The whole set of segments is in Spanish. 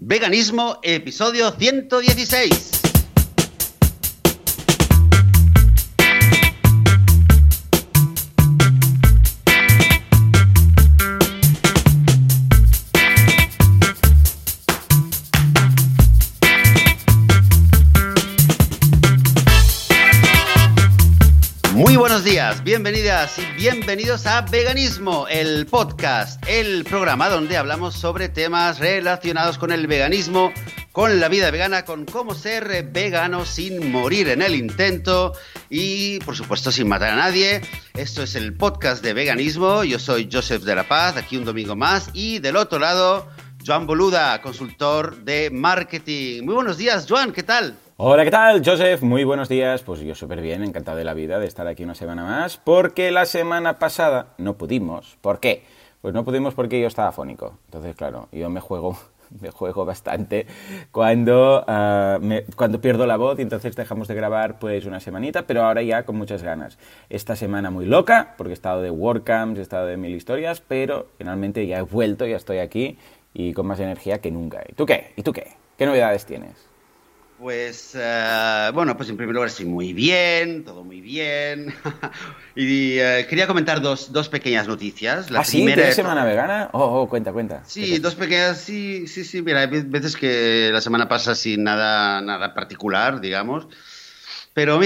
Veganismo, episodio 116. Muy buenos días, bienvenidas y bienvenidos a Veganismo, el podcast, el programa donde hablamos sobre temas relacionados con el veganismo, con la vida vegana, con cómo ser vegano sin morir en el intento y, por supuesto, sin matar a nadie. Esto es el podcast de Veganismo. Yo soy Joseph de la Paz, aquí un domingo más, y del otro lado, Joan Boluda, consultor de marketing. Muy buenos días, Joan, ¿qué tal? Hola, ¿qué tal, Joseph? Muy buenos días. Pues yo súper bien, encantado de la vida de estar aquí una semana más, porque la semana pasada no pudimos. ¿Por qué? Pues no pudimos porque yo estaba afónico. Entonces, claro, yo me juego bastante cuando pierdo la voz y entonces dejamos de grabar pues una semanita, pero ahora ya con muchas ganas. Esta semana muy loca, porque he estado de WordCamps, he estado de mil historias, pero finalmente ya he vuelto, ya estoy aquí y con más energía que nunca. ¿Y tú qué? ¿Qué novedades tienes? Pues, pues en primer lugar estoy muy bien, todo muy bien. Y quería comentar dos pequeñas noticias. La primera, ¿tienes semana vegana? Cuenta. Sí, dos pequeñas, sí. Mira, hay veces que la semana pasa sin nada particular, digamos. Pero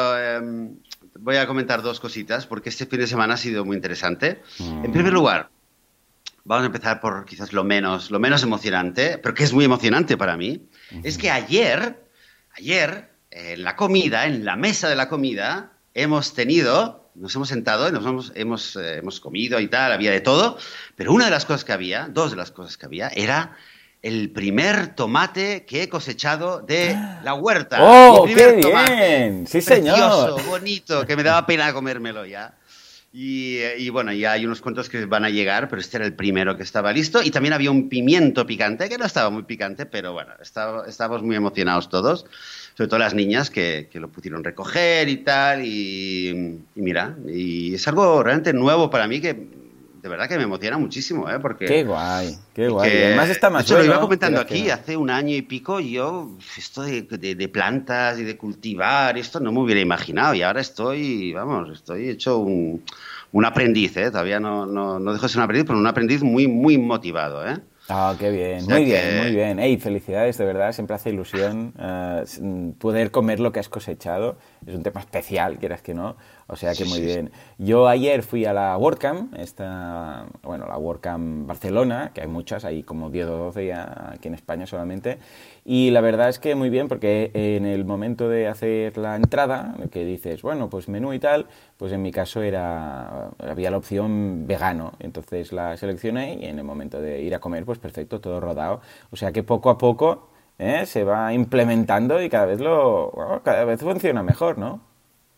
voy a comentar dos cositas porque este fin de semana ha sido muy interesante. En primer lugar, vamos a empezar por quizás lo menos emocionante, pero que es muy emocionante para mí. Es que ayer, en la comida, en la mesa de la comida, nos hemos sentado, hemos comido y tal, había de todo, pero dos de las cosas que había, era el primer tomate que he cosechado de la huerta. ¡Oh, mi primer qué tomate, bien! ¡Sí, señor! Precioso, bonito, que me daba pena comérmelo ya. Y bueno, ya hay unos cuantos que van a llegar, pero este era el primero que estaba listo. Y también había un pimiento picante, que no estaba muy picante, pero bueno, estábamos muy emocionados todos, sobre todo las niñas que lo pudieron recoger y tal. Y mira, y es algo realmente nuevo para mí que de verdad que me emociona muchísimo, porque... ¡Qué guay! Además está más bueno. Lo iba comentando aquí, hace un año y pico, yo esto de plantas y de cultivar, esto no me hubiera imaginado. Y ahora estoy hecho un aprendiz, todavía no dejo de ser un aprendiz, pero un aprendiz muy, muy motivado, qué bien, o sea muy bien. Ey, felicidades, de verdad, siempre hace ilusión poder comer lo que has cosechado. Es un tema especial, quieras que no. O sea que muy bien. Yo ayer fui a la WordCamp, la WordCamp Barcelona, que hay muchas, hay como 10 o 12 ya aquí en España solamente. Y la verdad es que muy bien, porque en el momento de hacer la entrada, que dices, bueno, pues menú y tal, pues en mi caso había la opción vegano. Entonces la seleccioné y en el momento de ir a comer, pues perfecto, todo rodado. O sea que poco a poco se va implementando y cada vez funciona mejor, ¿no?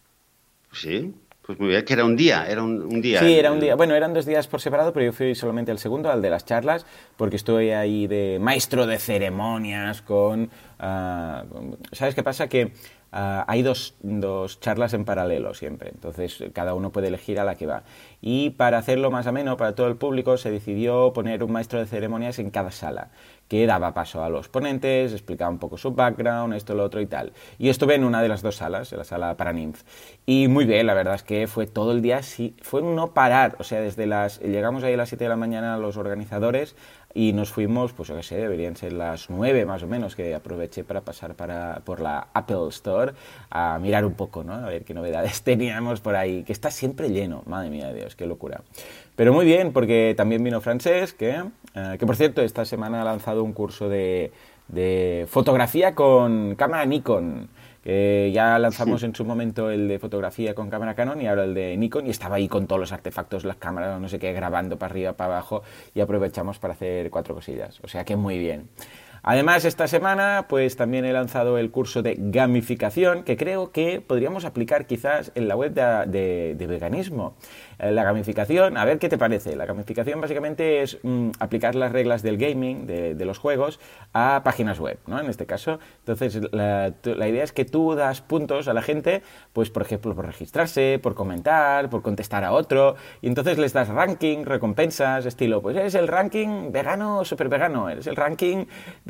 Sí, pues muy bien, que era un día. Sí, era un día. Bueno, eran 2 días por separado, pero yo fui solamente al segundo, al de las charlas, porque estoy ahí de maestro de ceremonias ¿sabes qué pasa? Que hay dos charlas en paralelo siempre, entonces cada uno puede elegir a la que va. Y para hacerlo más ameno para todo el público se decidió poner un maestro de ceremonias en cada sala, que daba paso a los ponentes, explicaba un poco su background, esto, lo otro y tal. Y estuve en una de las 2 salas, en la sala Paraninf. Y muy bien, la verdad es que fue todo el día, sí, fue un no parar. O sea, llegamos ahí a las 7 de la mañana los organizadores y nos fuimos, pues yo qué sé, deberían ser las 9 más o menos, que aproveché para pasar por la Apple Store a mirar un poco, ¿no? A ver qué novedades teníamos por ahí, que está siempre lleno, madre mía de Dios, qué locura. Pero muy bien, porque también vino Francesc, que por cierto, esta semana ha lanzado un curso de fotografía con cámara Nikon, que ya lanzamos en su momento el de fotografía con cámara Canon y ahora el de Nikon, y estaba ahí con todos los artefactos, las cámaras, no sé qué, grabando para arriba, para abajo, y aprovechamos para hacer 4 cosillas, o sea que muy bien. Además, esta semana pues también he lanzado el curso de gamificación, que creo que podríamos aplicar quizás en la web de veganismo. La gamificación, a ver qué te parece. La gamificación básicamente es aplicar las reglas del gaming, de los juegos, a páginas web, ¿no? En este caso. Entonces, la idea es que tú das puntos a la gente, pues por ejemplo, por registrarse, por comentar, por contestar a otro, y entonces les das ranking, recompensas, estilo, pues eres el ranking vegano o super vegano, eres el ranking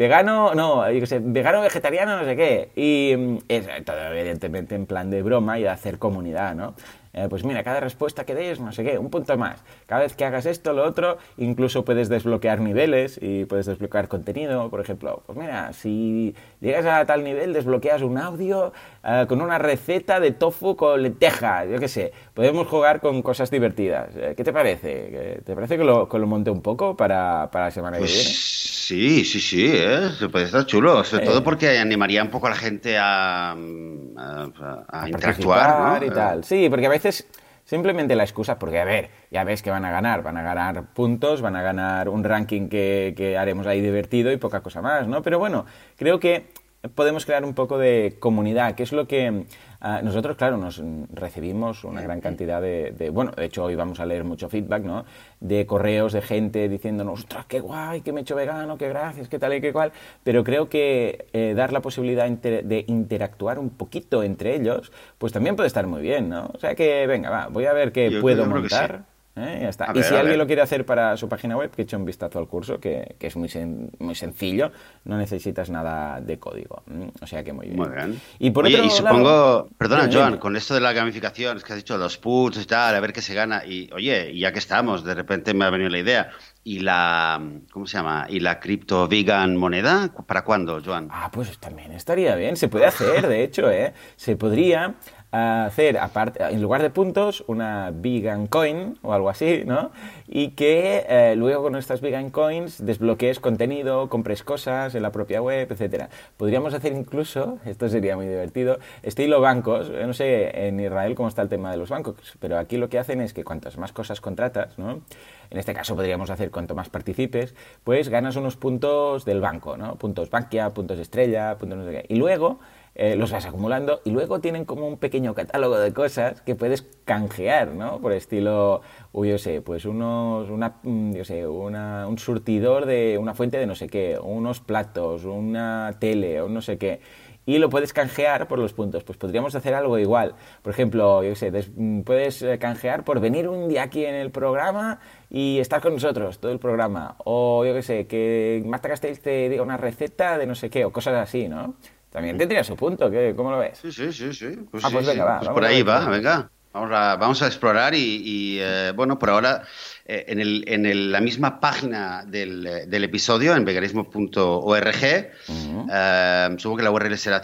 vegano, no, yo qué sé, vegano, vegetariano, no sé qué. Y es todo evidentemente en plan de broma y de hacer comunidad, ¿no? Pues mira, cada respuesta que des, no sé qué, un punto más. Cada vez que hagas esto, lo otro, incluso puedes desbloquear niveles y puedes desbloquear contenido. Por ejemplo, pues mira, si llegas a tal nivel, desbloqueas un audio con una receta de tofu con lentejas, yo qué sé. Podemos jugar con cosas divertidas. ¿Qué te parece? ¿Te parece que lo monte un poco para la semana que viene? Sí, sí, sí, se puede estar chulo, sobre todo porque animaría un poco a la gente a interactuar, Participar ¿no? y tal. Sí, porque a veces simplemente la excusa, porque a ver, ya ves que van a ganar puntos, van a ganar un ranking que haremos ahí divertido y poca cosa más, ¿no? Pero bueno, creo que podemos crear un poco de comunidad, que es lo que nosotros, claro, nos recibimos una gran cantidad bueno, de hecho hoy vamos a leer mucho feedback, ¿no? De correos de gente diciéndonos, ostras, qué guay, que me he hecho vegano, qué gracias, qué tal y qué cual, pero creo que dar la posibilidad de interactuar un poquito entre ellos, pues también puede estar muy bien, ¿no? O sea que, venga, va, voy a ver qué puedo Yo creo que sí. montar. Ya está. A Y ver, si a alguien ver. lo quiere hacer para su página web, que eche un vistazo al curso, que es muy sencillo, no necesitas nada de código. O sea que muy bien. Muy bien. Y por Oye, y otro lado, supongo, perdona, dime, Joan, dime. con esto de la gamificación, es que has dicho los puts y tal, a ver qué se gana. Y oye, y ya que estamos, de repente me ha venido la idea. ¿Y ¿cómo se llama? ¿Y la cripto vegan moneda? ¿Para cuándo, Joan? Ah, pues también estaría bien. Se puede hacer, de hecho, ¿eh? Se podría hacer, aparte, en lugar de puntos, una vegan coin o algo así, ¿no? Y que luego con estas vegan coins desbloquees contenido, compres cosas en la propia web, etcétera. Podríamos hacer incluso, esto sería muy divertido, estilo bancos. No sé en Israel cómo está el tema de los bancos, pero aquí lo que hacen es que cuantas más cosas contratas, ¿no? En este caso podríamos hacer cuanto más participes, pues ganas unos puntos del banco, ¿no? Puntos Bankia, puntos Estrella, puntos no sé qué. Y luego los vas acumulando y luego tienen como un pequeño catálogo de cosas que puedes canjear, ¿no? Por estilo, yo sé, pues un surtidor de una fuente de no sé qué, unos platos, una tele o no sé qué. Y lo puedes canjear por los puntos. Pues podríamos hacer algo igual. Por ejemplo, yo sé, puedes canjear por venir un día aquí en el programa y estar con nosotros todo el programa. O yo qué sé, que Marta Castells te diga una receta de no sé qué, o cosas así, ¿no? También tendría su punto, ¿cómo lo ves? Sí, sí, sí, sí. Pues Ah, sí, pues venga, sí. va, Pues vamos por a ahí ver cómo va, lo ves. venga. Vamos a explorar bueno, por ahora la misma página del episodio, en veganismo.org, Ujú. supongo que la URL será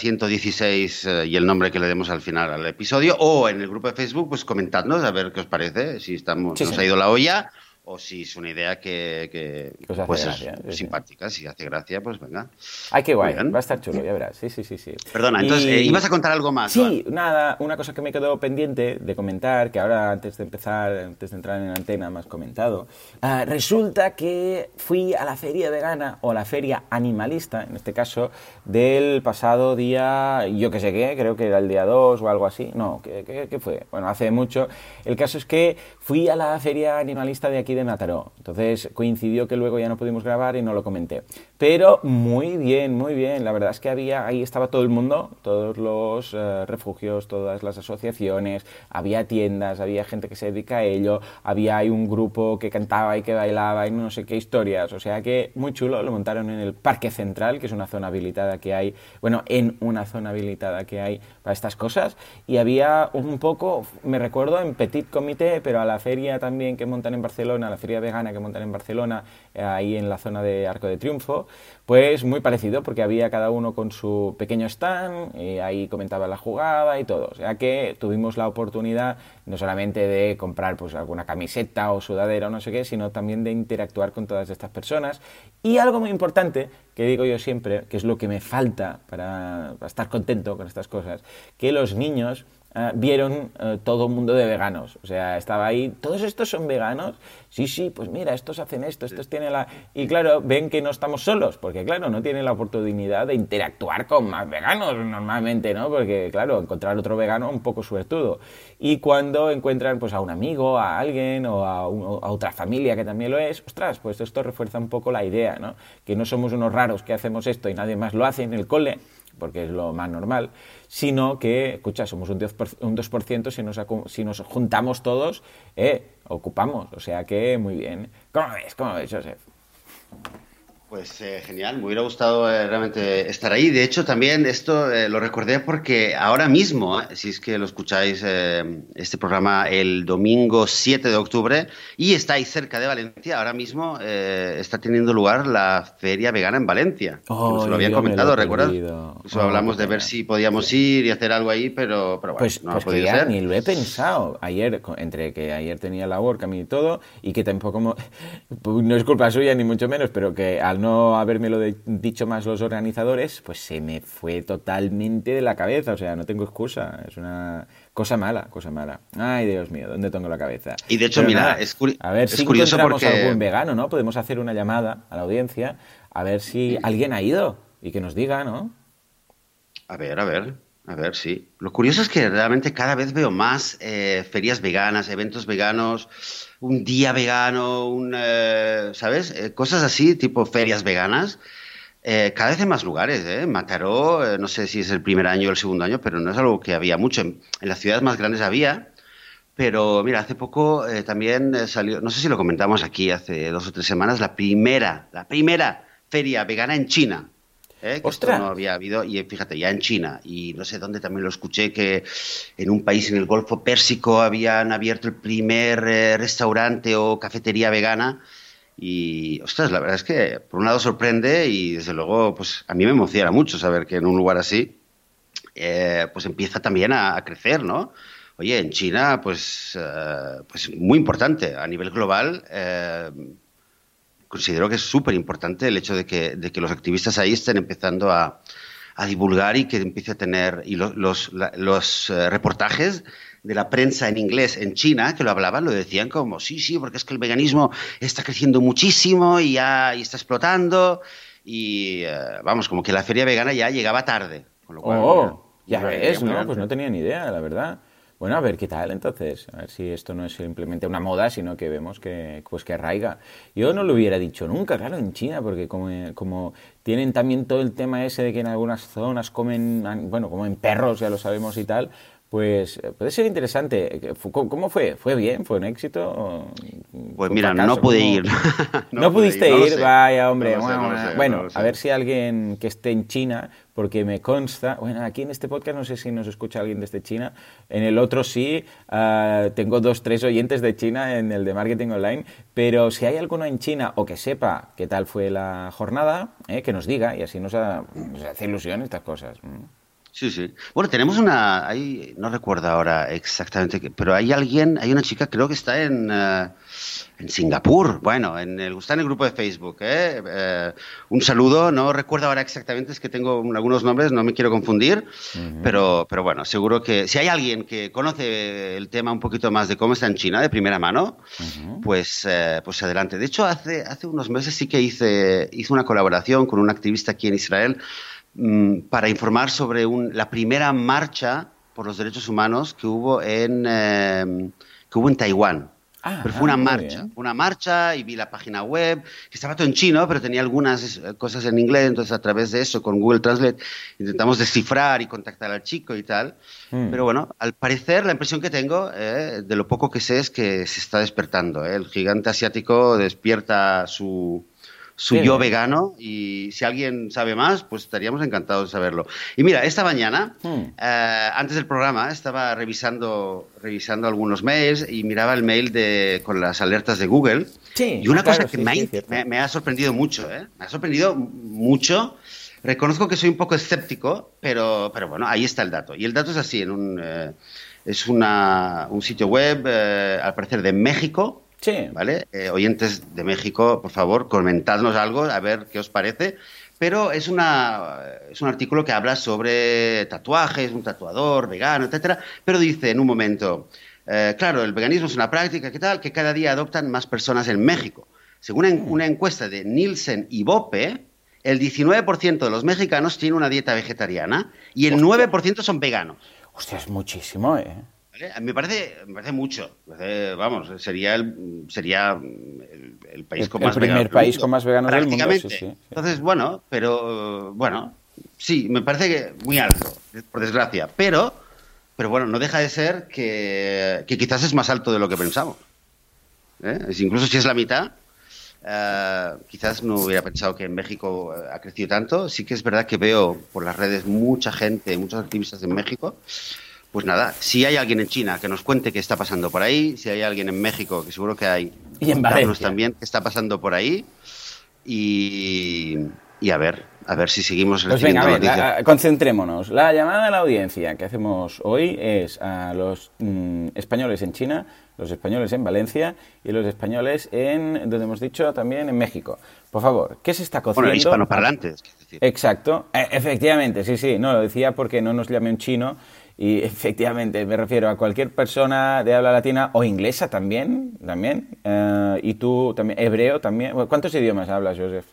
116 y el nombre que le demos al final al episodio, o en el grupo de Facebook, pues comentadnos a ver qué os parece, si Sí, nos ha señor. ido la olla o si es una idea que Que os hace pues es gracia, sí, sí. simpática, si hace gracia, pues venga. Ay, qué Muy guay, va a bien. estar chulo, ya verás. Sí, sí, sí, sí. Perdona, entonces, ibas Y a contar algo más, Joan. sí, nada, una cosa que me quedó pendiente de comentar, que ahora antes de empezar, antes de entrar en antena, me has comentado. Resulta que fui a la feria vegana o a la feria animalista, en este caso, del pasado día, yo que sé qué, creo que era el día 2 o algo así. No, ¿qué fue? Bueno, hace mucho. El caso es que fui a la feria animalista de aquí de Mataró. Entonces coincidió que luego ya no pudimos grabar y no lo comenté. Pero muy bien, muy bien. La verdad es que ahí estaba todo el mundo, todos los refugios, todas las asociaciones, había tiendas, había gente que se dedica a ello, había ahí un grupo que cantaba y que bailaba y no sé qué historias. O sea que muy chulo, lo montaron en el Parque Central, que es una zona habilitada que hay, bueno, en una zona habilitada que hay para estas cosas. Y había un poco, me recuerdo, en Petit Comité, pero a la feria también que montan en Barcelona, la feria vegana que montan en Barcelona, ahí en la zona de Arco de Triunfo, pues muy parecido, porque había cada uno con su pequeño stand, y ahí comentaba la jugada y todo. O sea que tuvimos la oportunidad no solamente de comprar pues alguna camiseta o sudadera o no sé qué, sino también de interactuar con todas estas personas. Y algo muy importante, que digo yo siempre, que es lo que me falta para estar contento con estas cosas, que los niños vieron todo un mundo de veganos. O sea, estaba ahí, ¿todos estos son veganos? Sí, sí, pues mira, estos hacen esto, estos tienen la... Y claro, ven que no estamos solos, porque claro, no tienen la oportunidad de interactuar con más veganos normalmente, ¿no? Porque claro, encontrar otro vegano un poco suertudo. Y cuando encuentran pues a un amigo, a alguien o a otra familia que también lo es, ostras, pues esto refuerza un poco la idea, ¿no? Que no somos unos raros que hacemos esto y nadie más lo hace en el cole, porque es lo más normal, sino que, escucha, somos un 2% si nos juntamos todos, ocupamos, o sea que muy bien. ¿Cómo ves, Joseph? Pues genial, me hubiera gustado realmente estar ahí. De hecho, también esto lo recordé porque ahora mismo, si es que lo escucháis, este programa el domingo 7 de octubre y estáis cerca de Valencia, ahora mismo está teniendo lugar la Feria Vegana en Valencia, que nos lo Oh, había yo me lo he comentado, ¿recuerdas? perdido. Eso Oh, qué hablamos de ver pena. si podíamos ir y hacer algo ahí, pero bueno, no ha Pues que podido ya ser. ni lo he pensado. Ayer, entre que ayer tenía la WordCamp y todo, y que tampoco pues no es culpa suya ni mucho menos, pero que al no habérmelo dicho más los organizadores, pues se me fue totalmente de la cabeza. O sea, no tengo excusa. Es una cosa mala, cosa mala. Ay, Dios mío, ¿dónde tengo la cabeza? Y de hecho, Pero mira, nada, a ver es si curioso encontramos porque algún vegano, ¿no? Podemos hacer una llamada a la audiencia a ver si alguien ha ido y que nos diga, ¿no? a ver, a ver, a ver, sí. Lo curioso es que realmente cada vez veo más ferias veganas, eventos veganos, un día vegano, ¿sabes? Cosas así, tipo ferias veganas, cada vez en más lugares, ¿eh? Mataró, no sé si es el primer año o el segundo año, pero no es algo que había mucho. En las ciudades más grandes había, pero mira, hace poco también salió, no sé si lo comentamos aquí hace 2 o 3 semanas, la primera feria vegana en China. Que esto no ¡Ostras! había habido, y fíjate, ya en China, y no sé dónde también lo escuché, que en un país en el Golfo Pérsico habían abierto el primer restaurante o cafetería vegana, y ostras, la verdad es que por un lado sorprende y desde luego pues a mí me emociona mucho saber que en un lugar así pues empieza también a crecer, ¿no? Oye, en China, pues muy importante a nivel global. Considero que es súper importante el hecho de que los activistas ahí estén empezando a divulgar y que empiece a tener y los reportajes de la prensa en inglés en China que lo hablaban, lo decían como sí, sí, porque es que el veganismo está creciendo muchísimo y está explotando y vamos, como que la feria vegana ya llegaba tarde, con lo cual, mira, Oh, ya iría ves, muy ¿no? Pues adelante. no tenía ni idea, la verdad. Bueno, a ver qué tal entonces, a ver si esto no es simplemente una moda, sino que vemos que, pues que arraiga. Yo no lo hubiera dicho nunca, claro, en China, porque como tienen también todo el tema ese de que en algunas zonas comen, bueno, como en perros, ya lo sabemos y tal, pues puede ser interesante. ¿Cómo fue? ¿Fue bien? ¿Fue un éxito? Pues ¿Fue un mira, no fracaso? pude ir, No no pude ir, pudiste no lo ir, sé, vaya no hombre. lo sé, no lo sé, no Bueno, lo a sé. ver si alguien que esté en China, porque me consta, bueno, aquí en este podcast no sé si nos escucha alguien desde China, en el otro sí, tengo 2, 3 oyentes de China en el de Marketing Online, pero si hay alguno en China o que sepa qué tal fue la jornada, que nos diga y así nos hace ilusión estas cosas. Sí, sí. Bueno, tenemos no recuerdo ahora exactamente, pero hay una chica, creo que está en Singapur, bueno, está en el grupo de Facebook, ¿eh? Un saludo, no recuerdo ahora exactamente, es que tengo algunos nombres, no me quiero confundir, Ujú, pero bueno, seguro que si hay alguien que conoce el tema un poquito más de cómo está en China de primera mano, ujú. pues adelante. De hecho, hace unos meses sí que hice una colaboración con un activista aquí en Israel para informar sobre la primera marcha por los derechos humanos que hubo en Taiwán. Pero Muy bien. fue una marcha y vi la página web, que estaba todo en chino, pero tenía algunas cosas en inglés, entonces a través de eso, con Google Translate, intentamos descifrar y contactar al chico y tal. Mm. Pero bueno, al parecer la impresión que tengo, de lo poco que sé, es que se está despertando. El gigante asiático despierta su Qué yo bien. vegano y si alguien sabe más, pues estaríamos encantados de saberlo. Y mira, esta mañana, Mm. antes del programa, estaba revisando algunos mails y miraba el mail con las alertas de Google Sí, y una cosa claro, que sí, sí, cierto. me ha sorprendido mucho, ¿eh? Me ha sorprendido mucho. Reconozco que soy un poco escéptico, pero bueno, ahí está el dato. Y el dato es así, un sitio web, al parecer de México, Sí. ¿vale? Oyentes de México, por favor, comentadnos algo, a ver qué os parece. Pero es un artículo que habla sobre tatuajes, un tatuador vegano, etcétera. Pero dice en un momento, claro, el veganismo es una práctica que cada día adoptan más personas en México. Según una encuesta de Nielsen y Bope, el 19% de los mexicanos tiene una dieta vegetariana y el Hostia. 9% son veganos. Hostia, es muchísimo, ¿eh? ¿Vale? Me parece mucho. Vamos, sería el país con El más veganos primer del país mundo, con más veganos del mundo, sí, prácticamente. sí. Sí. Entonces, bueno, pero bueno, sí, me parece que muy alto, por desgracia. Pero bueno, no deja de ser que quizás es más alto de lo que pensamos. ¿Eh? Incluso si es la mitad, quizás no hubiera pensado que en México ha crecido tanto. Sí que es verdad que veo por las redes mucha gente, muchos activistas en México. Pues nada, si hay alguien en China que nos cuente qué está pasando por ahí, si hay alguien en México, que seguro que hay, Y en Valencia también qué está pasando por ahí y, y a ver si seguimos Pues venga, recibiendo a ver, noticias. concentrémonos. La llamada a la audiencia que hacemos hoy es a los españoles en China, los españoles en Valencia y los españoles en, donde hemos dicho, también en México. Por favor, ¿qué se está cociendo? Bueno, hispanoparlantes, es decir. Exacto, efectivamente, sí, no, lo decía porque no nos llame un chino y efectivamente me refiero a cualquier persona de habla latina o inglesa también, y tú también, hebreo también. ¿Cuántos idiomas hablas, Joseph?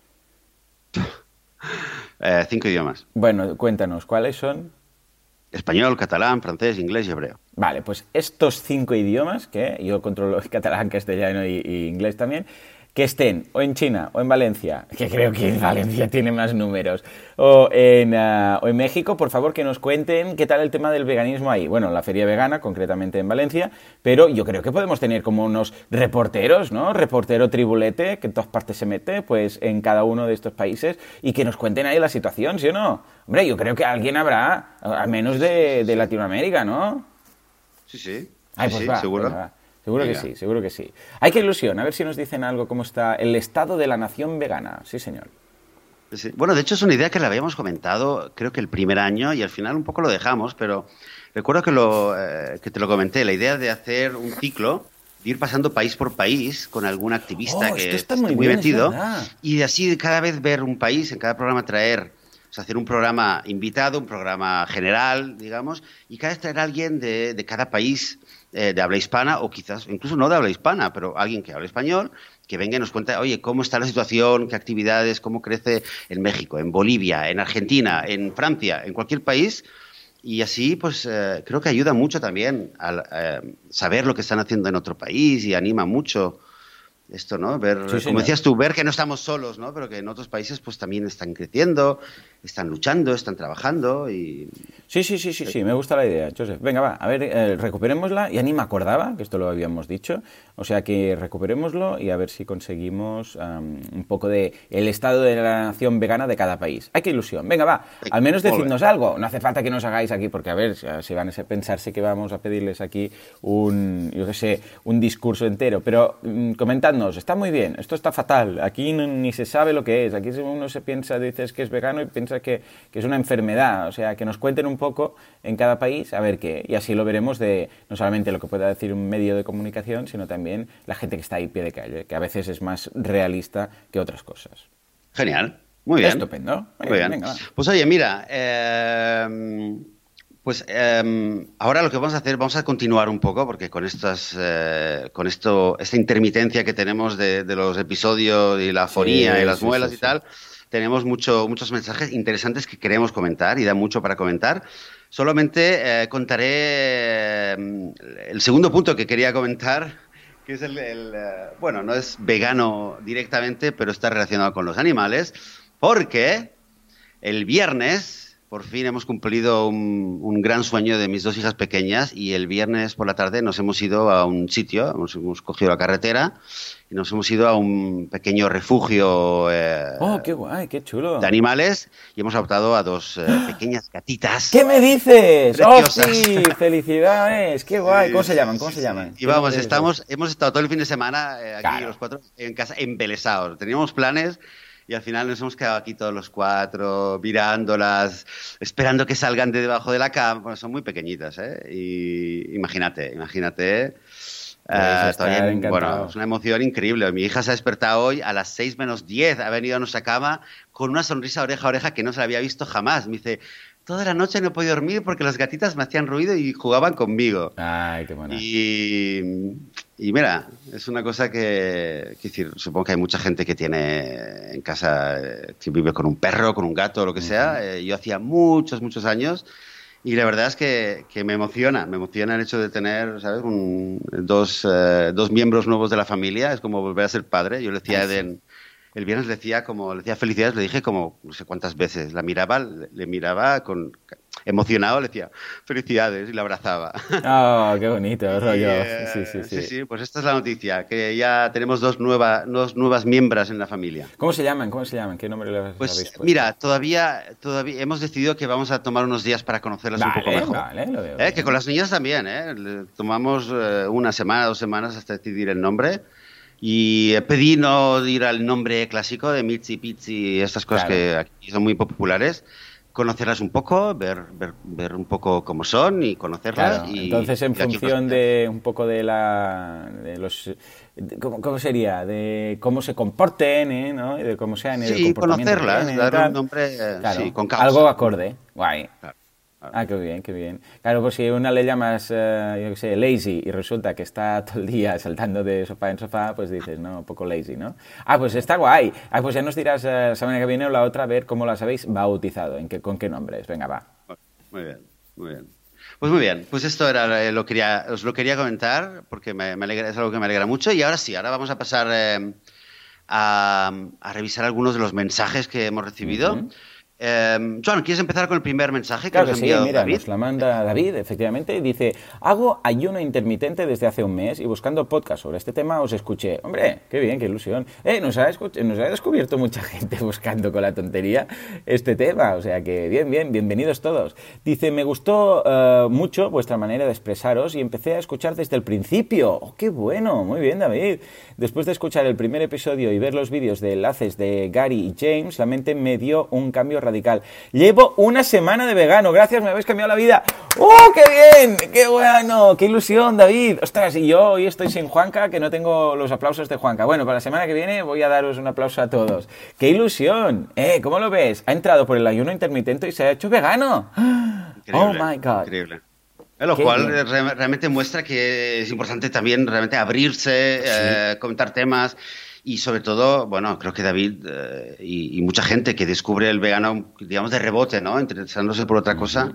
5 idiomas. Bueno, cuéntanos, ¿cuáles son? Español, catalán, francés, inglés y hebreo. Vale, pues estos 5 idiomas, que yo controlo el catalán, castellano y inglés también, que estén o en China o en Valencia, que creo que en Valencia tiene más números, o en México, por favor que nos cuenten qué tal el tema del veganismo ahí. Bueno, la feria vegana, concretamente en Valencia, pero yo creo que podemos tener como unos reporteros, ¿no? Reportero tribulete, que en todas partes se mete, pues en cada uno de estos países, y que nos cuenten ahí la situación, ¿sí o no? Hombre, yo creo que alguien habrá, al menos de Latinoamérica, ¿no? Sí. Ay, Sí, pues sí, va, seguro. venga, va. Seguro que Venga. sí, seguro que sí. Hay que ilusión, a ver si nos dicen algo, cómo está el estado de la nación vegana. Sí, señor. Sí. Bueno, de hecho es una idea que la habíamos comentado, creo que el primer año, y al final un poco lo dejamos, pero recuerdo que te lo comenté, la idea de hacer un ciclo, de ir pasando país por país con algún activista Oh, esto que está esté muy muy bien, es metido, verdad. y de así cada vez ver un país, en cada programa traer, o sea, hacer un programa invitado, un programa general, digamos, y cada vez traer a alguien de cada país de habla hispana, o quizás incluso no de habla hispana, pero alguien que hable español, que venga y nos cuente, oye, cómo está la situación, qué actividades, cómo crece en México, en Bolivia, en Argentina, en Francia, en cualquier país. Y así, pues, creo que ayuda mucho también a saber lo que están haciendo en otro país y anima mucho esto, ¿no? Sí, Ver, como señor. decías tú, ver que no estamos solos, ¿no? Pero que en otros países, pues, también están creciendo, están luchando, están trabajando y... Sí, me gusta la idea, Joseph. Venga, va, a ver, recuperémosla. Ya ni me acordaba, que esto lo habíamos dicho. O sea que recuperémoslo y a ver si conseguimos un poco de el estado de la nación vegana de cada país. ¡Ay, qué ilusión! Venga, va, al menos Molt bé. decidnos algo. No hace falta que nos hagáis aquí, porque a ver, si van a pensarse que vamos a pedirles aquí yo qué sé, un discurso entero. Pero comentadnos, está muy bien, esto está fatal. Aquí ni se sabe lo que es. Aquí uno se piensa, dices que es vegano y piensa que es una enfermedad. O sea, que nos cuenten un poco en cada país a ver qué. Y así lo veremos de no solamente lo que pueda decir un medio de comunicación, sino también la gente que está ahí pie de calle, que a veces es más realista que otras cosas. Genial. Muy bien. Estupendo. Muy bien. Venga, va. Pues oye, mira, ahora lo que vamos a hacer, vamos a continuar un poco, porque con esta intermitencia que tenemos de los episodios y la afonía y las muelas y tal, tenemos muchos mensajes interesantes que queremos comentar y da mucho para comentar. Solamente contaré el segundo punto que quería comentar, que es bueno, no es vegano directamente, pero está relacionado con los animales, porque el viernes por fin hemos cumplido un gran sueño de mis dos hijas pequeñas y el viernes por la tarde nos hemos ido a un sitio, hemos cogido la carretera y nos hemos ido a un pequeño refugio Oh, qué guay, qué chulo. de animales y hemos adoptado a dos pequeñas gatitas. ¿Qué me dices? Preciosas. ¡Oh, sí! ¡Felicidades! ¡Qué guay! ¿Cómo se llaman? Sí. llaman? Y vamos, hemos estado todo el fin de semana aquí Claro. los cuatro en casa embelesados. Teníamos planes y al final nos hemos quedado aquí todos los cuatro mirándolas, esperando que salgan de debajo de la cama. Bueno, son muy pequeñitas, ¿eh? Y imagínate. Estar encantado. Bueno, es una emoción increíble. Mi hija se ha despertado hoy a las 6 menos 10, ha venido a nuestra cama con una sonrisa oreja a oreja que no se la había visto jamás. Me dice, toda la noche no he podido dormir porque las gatitas me hacían ruido y jugaban conmigo. Ay, qué buena. Y mira, es una cosa que decir, supongo que hay mucha gente que tiene en casa, que vive con un perro, con un gato, lo que sea. Yo hacía muchos años y la verdad es que me emociona el hecho de tener, ¿sabes? Dos miembros nuevos de la familia. Es como volver a ser padre. Yo le decía a Eden, el viernes le decía felicidades, le dije como no sé cuántas veces. La miraba, le miraba emocionado, le decía felicidades y la abrazaba. Oh, qué bonito, Y, rollo. Sí, sí, sí, sí. sí, pues esta es la noticia, que ya tenemos dos nuevas miembros en la familia. ¿Cómo se llaman? ¿Cómo se llaman? ¿Qué nombre les habéis Pues puesto? mira, todavía hemos decidido que vamos a tomar unos días para conocerlas un poco Vale, mejor. vale, lo veo Que con bien. las niñas también, ¿eh? Tomamos una semana, 2 semanas hasta decidir el nombre. Y pedí no ir al nombre clásico de Mitzi, Pizzi, estas cosas Claro. que aquí son muy populares. Conocerlas un poco, ver un poco cómo son y conocerlas. Claro, Y, entonces en y aquí unos función días. de un poco de los, ¿cómo sería? De cómo se comporten, ¿no? Y de cómo sean y del Sí, comportamiento que conocerlas, tienen y darle un tal. nombre, sí, Claro, con algo causa. acorde, guay. Claro, claro. Ah, qué bien, qué bien. Claro, pues si a una le llamas, yo qué sé, lazy y resulta que está todo el día saltando de sofá en sofá, pues dices, no, un poco lazy, ¿no? Ah, pues está guay. Ah, pues ya nos dirás la semana que viene o la otra a ver cómo las habéis bautizado, con qué nombres. Venga, va. Muy bien, muy bien. Pues muy bien, pues esto era os lo quería comentar porque me alegra, es algo que me alegra mucho. Y ahora sí, ahora vamos a pasar a revisar algunos de los mensajes que hemos recibido. Ujú. Joan, ¿quieres empezar con el primer mensaje que Claro nos que ha sí, enviado mira, David? nos la manda David, efectivamente, y dice, hago ayuno intermitente desde hace un mes y buscando podcast sobre este tema os escuché. Hombre, qué bien, qué ilusión. Nos ha descubierto mucha gente buscando con la tontería este tema, o sea que bien, bien, bienvenidos todos. Dice, me gustó mucho vuestra manera de expresaros y empecé a escuchar desde el principio. Oh, qué bueno, muy bien, David. Después de escuchar el primer episodio y ver los vídeos de enlaces de Gary y James, la mente me dio un cambio radical. Llevo una semana de vegano, gracias, me habéis cambiado la vida. ¡Oh, qué bien! ¡Qué bueno! ¡Qué ilusión, David! Ostras, y yo hoy estoy sin Juanca, que no tengo los aplausos de Juanca. Bueno, para la semana que viene voy a daros un aplauso a todos. ¡Qué ilusión! ¿Cómo lo ves? Ha entrado por el ayuno intermitente y se ha hecho vegano. ¡Oh, Increíble, my God! increíble. Lo ¡Qué cual bien! realmente muestra que es importante también realmente abrirse, Sí. comentar temas y sobre todo, bueno, creo que David y mucha gente que descubre el vegano, digamos, de rebote, ¿no? Interesándose por otra cosa. Uh-huh.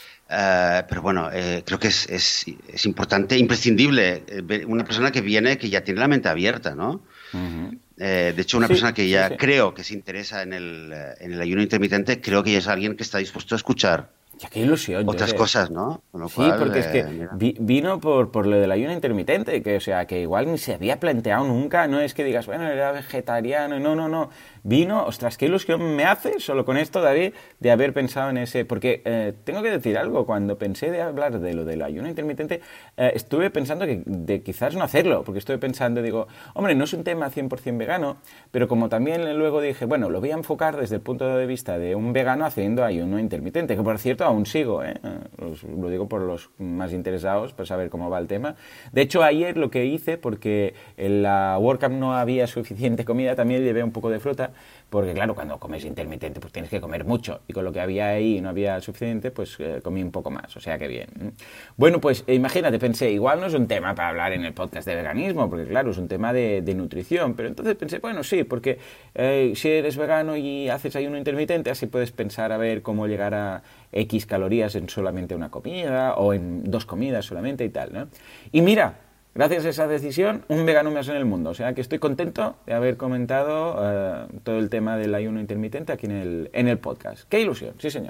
Pero bueno, creo que es importante, imprescindible, una persona que viene que ya tiene la mente abierta, ¿no? Uh-huh. De hecho, una Sí, persona que sí, sí. ya creo que se interesa en el ayuno intermitente, creo que ya es alguien que está dispuesto a escuchar Ya, qué ilusión, otras Josep. cosas, ¿no? Con lo Sí, cual, porque es que mira. vino por lo del ayuno intermitente, que o sea, que igual ni se había planteado nunca, no es que digas, bueno, era vegetariano, no, no, no. Vino, ostras, qué ilusión me hace solo con esto, David, de haber pensado en ese, porque tengo que decir algo, cuando pensé de hablar de lo del ayuno intermitente, estuve pensando de quizás no hacerlo, porque estuve pensando, digo, hombre, no es un tema 100% vegano, pero como también luego dije, bueno, lo voy a enfocar desde el punto de vista de un vegano haciendo ayuno intermitente, que por cierto aún sigo, lo digo por los más interesados, para saber cómo va el tema. De hecho, ayer lo que hice, porque en la WordCamp no había suficiente comida, también llevé un poco de fruta, porque claro, cuando comes intermitente pues tienes que comer mucho, y con lo que había ahí no había suficiente, pues comí un poco más, o sea que bien. Bueno, pues imagínate, pensé, igual no es un tema para hablar en el podcast de veganismo, porque claro, es un tema de nutrición, pero entonces pensé, bueno, sí, porque si eres vegano y haces ayuno intermitente, así puedes pensar a ver cómo llegar a X calorías en solamente una comida, o en 2 comidas solamente y tal, ¿no? Y mira, gracias a esa decisión, un vegano más en el mundo. O sea que estoy contento de haber comentado todo el tema del ayuno intermitente aquí en el podcast. ¡Qué ilusión! Sí, señor.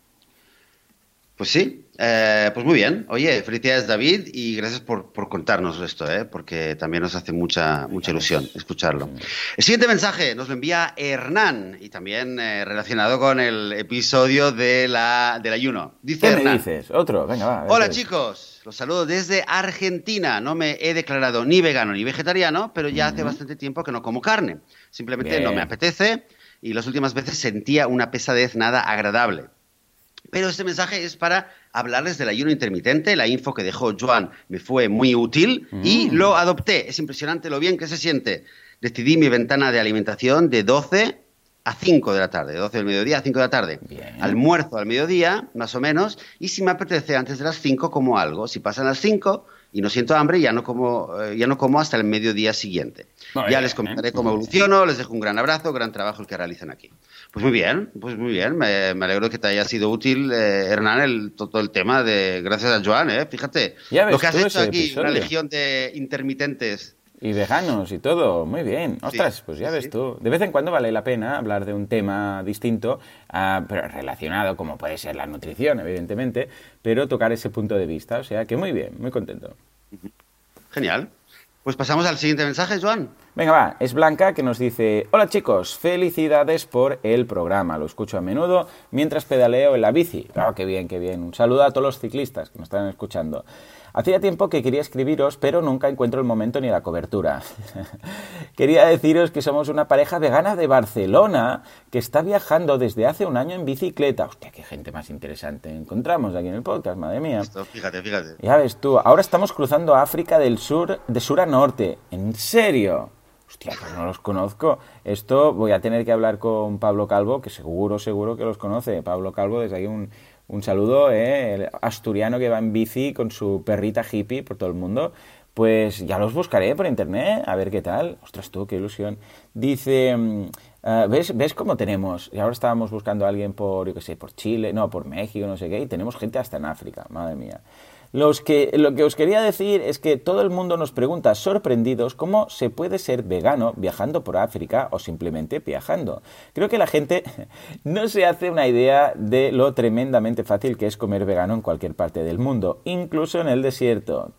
Pues sí, pues muy bien. Oye, felicidades David y gracias por contarnos esto, porque también nos hace mucha Ya ilusión ves. escucharlo. El siguiente mensaje nos lo envía Hernán y también relacionado con el episodio del ayuno. Dice ¿Qué me Hernán. dices? Otro, venga, va. A ver Hola qué es. chicos, los saludo desde Argentina. No me he declarado ni vegano ni vegetariano, pero ya hace bastante tiempo que no como carne. Simplemente no me Bien. apetece y las últimas veces sentía una pesadez nada agradable. Pero este mensaje es para hablarles del ayuno intermitente. La info que dejó Joan me fue muy útil y lo adopté. Es impresionante lo bien que se siente. Decidí mi ventana de alimentación de 12 a 5 de la tarde, de 12 del mediodía a 5 de la tarde. Bien. Almuerzo al mediodía, más o menos, y si me apetece antes de las 5 como algo. Si pasan las 5 y no siento hambre, ya no como hasta el mediodía siguiente. Muy Ya bien, les comentaré muy cómo bien. evoluciono, les dejo un gran abrazo, gran trabajo el que realizan aquí. Pues muy bien, me alegro que te haya sido útil, Hernán, todo el tema de, gracias a Joan, fíjate, Ya lo ves que has tú hecho ese aquí, una episodio. legión de intermitentes. Y veganos y todo, muy bien. Ostras, Sí, pues sí, ya ves sí. tú. De vez en cuando vale la pena hablar de un tema distinto, pero relacionado, como puede ser la nutrición, evidentemente, pero tocar ese punto de vista. O sea que muy bien, muy contento. Genial. Pues pasamos al siguiente mensaje, Joan. Venga, va, es Blanca que nos dice: hola chicos, felicidades por el programa, lo escucho a menudo mientras pedaleo en la bici. Oh, qué bien, qué bien. Un saludo a todos los ciclistas que nos están escuchando. Hacía tiempo que quería escribiros, pero nunca encuentro el momento ni la cobertura. Quería deciros que somos una pareja vegana de Barcelona que está viajando desde hace un año en bicicleta. Hostia, qué gente más interesante encontramos aquí en el podcast, madre mía. Esto, fíjate, fíjate. Ya ves tú, ahora estamos cruzando África del Sur, de sur a norte. ¿En serio? Hostia, pues no los conozco. Esto voy a tener que hablar con Pablo Calvo, que seguro que los conoce. Pablo Calvo, desde aquí un saludo, el asturiano que va en bici con su perrita hippie por todo el mundo. Pues ya los buscaré por internet, a ver qué tal. Ostras tú, qué ilusión. Dice, ¿ves cómo tenemos? Y ahora estábamos buscando a alguien por, yo qué sé, por Chile, no, por México, no sé qué, y tenemos gente hasta en África, madre mía. Lo que os quería decir es que todo el mundo nos pregunta, sorprendidos, cómo se puede ser vegano viajando por África o simplemente viajando. Creo que la gente no se hace una idea de lo tremendamente fácil que es comer vegano en cualquier parte del mundo, incluso en el desierto.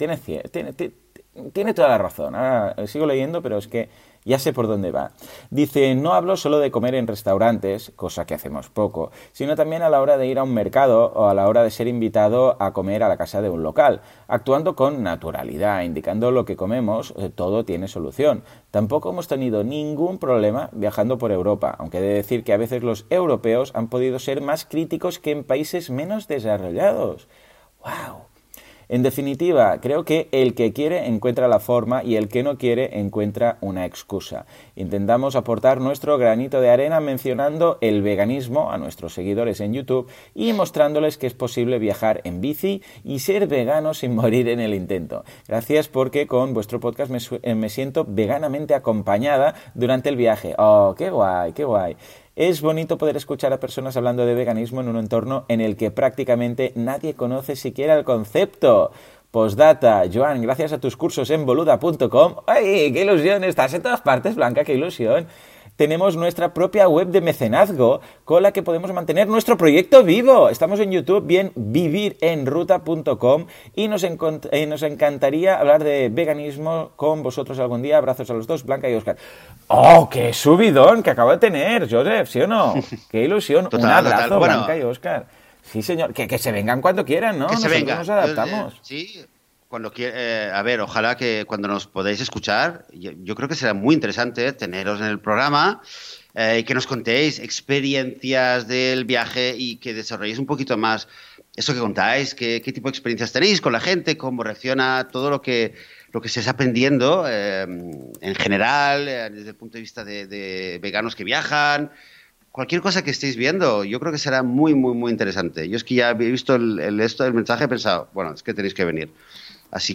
Tiene toda la razón. Ahora sigo leyendo, pero es que ya sé por dónde va. Dice, no hablo solo de comer en restaurantes, cosa que hacemos poco, sino también a la hora de ir a un mercado o a la hora de ser invitado a comer a la casa de un local, actuando con naturalidad, indicando lo que comemos, todo tiene solución. Tampoco hemos tenido ningún problema viajando por Europa, aunque he de decir que a veces los europeos han podido ser más críticos que en países menos desarrollados. ¡Wow! En definitiva, creo que el que quiere encuentra la forma y el que no quiere encuentra una excusa. Intentamos aportar nuestro granito de arena mencionando el veganismo a nuestros seguidores en YouTube y mostrándoles que es posible viajar en bici y ser vegano sin morir en el intento. Gracias porque con vuestro podcast me siento veganamente acompañada durante el viaje. ¡Oh, qué guay, qué guay! Es bonito poder escuchar a personas hablando de veganismo en un entorno en el que prácticamente nadie conoce siquiera el concepto. Postdata, Joan, gracias a tus cursos en boluda.com. ¡Ay, qué ilusión! Estás en todas partes, Blanca, qué ilusión. Tenemos nuestra propia web de mecenazgo con la que podemos mantener nuestro proyecto vivo. Estamos en YouTube, bien vivirenruta.com y nos encantaría hablar de veganismo con vosotros algún día. Abrazos a los dos, Blanca y Óscar. ¡Oh, qué subidón que acabo de tener, Joseph! ¿Sí o no? ¡Qué ilusión! Total, Un abrazo, total. Bueno, Blanca y Óscar. Sí, señor. Que se vengan cuando quieran, ¿no? que se Nosotros venga. nos adaptamos. Sí, cuando a ver, ojalá que cuando nos podáis escuchar, yo creo que será muy interesante teneros en el programa y que nos contéis experiencias del viaje y que desarrolléis un poquito más eso que contáis, qué tipo de experiencias tenéis con la gente, cómo reacciona todo lo que se está aprendiendo en general, desde el punto de vista de veganos que viajan. Cualquier cosa que estéis viendo, yo creo que será muy, muy, muy interesante. Yo es que ya he visto esto del mensaje, he pensado, bueno, es que tenéis que venir. Así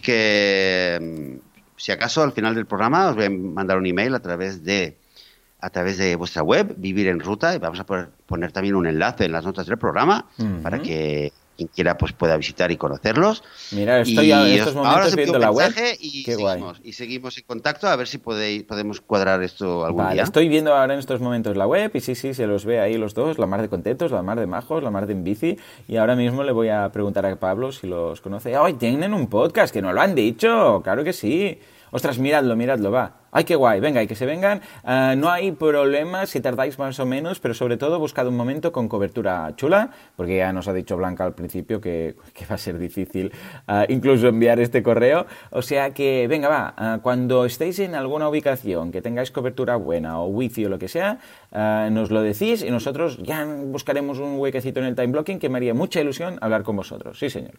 que, si acaso, al final del programa os voy a mandar un email a través de vuestra web, Vivir en Ruta, y vamos a poner también un enlace en las notas del programa para que quien quiera pues pueda visitar y conocerlos. Mira, estoy en estos momentos viendo la web. Y Qué guay. seguimos en contacto a ver si podemos cuadrar esto algún Vale, día. estoy viendo ahora en estos momentos la web y sí, se los ve ahí los dos, la mar de contentos, la mar de majos, la mar de en bici. Y ahora mismo le voy a preguntar a Pablo si los conoce. ¡Ay, tienen un podcast! ¡Que no lo han dicho! ¡Claro que sí! Ostras, miradlo, va. ¡Ay, qué guay! Venga, y que se vengan. No hay problemas si tardáis más o menos, pero sobre todo buscad un momento con cobertura chula, porque ya nos ha dicho Blanca al principio que va a ser difícil incluso enviar este correo. O sea que, venga, va, cuando estéis en alguna ubicación que tengáis cobertura buena o wifi o lo que sea, nos lo decís y nosotros ya buscaremos un huequecito en el time blocking que me haría mucha ilusión hablar con vosotros. Sí, señor.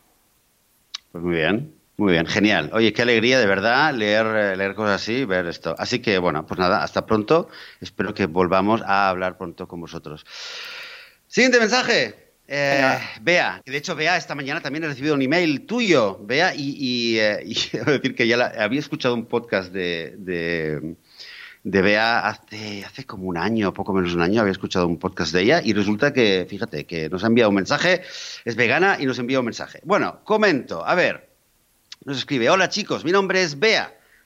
Pues muy bien. Muy bien, genial. Oye, qué alegría de verdad leer cosas así, ver esto. Así que, bueno, pues nada, hasta pronto. Espero que volvamos a hablar pronto con vosotros. Siguiente mensaje. Bea, que de hecho, Bea, esta mañana también he recibido un email tuyo, Bea, y debo decir que ya había escuchado un podcast de Bea hace como un año, poco menos de un año, había escuchado un podcast de ella y resulta que, fíjate, que nos ha enviado un mensaje, es vegana y nos envía un mensaje. Bueno, comento, a ver. Nos escribe, hola chicos, mi nombre es Bea,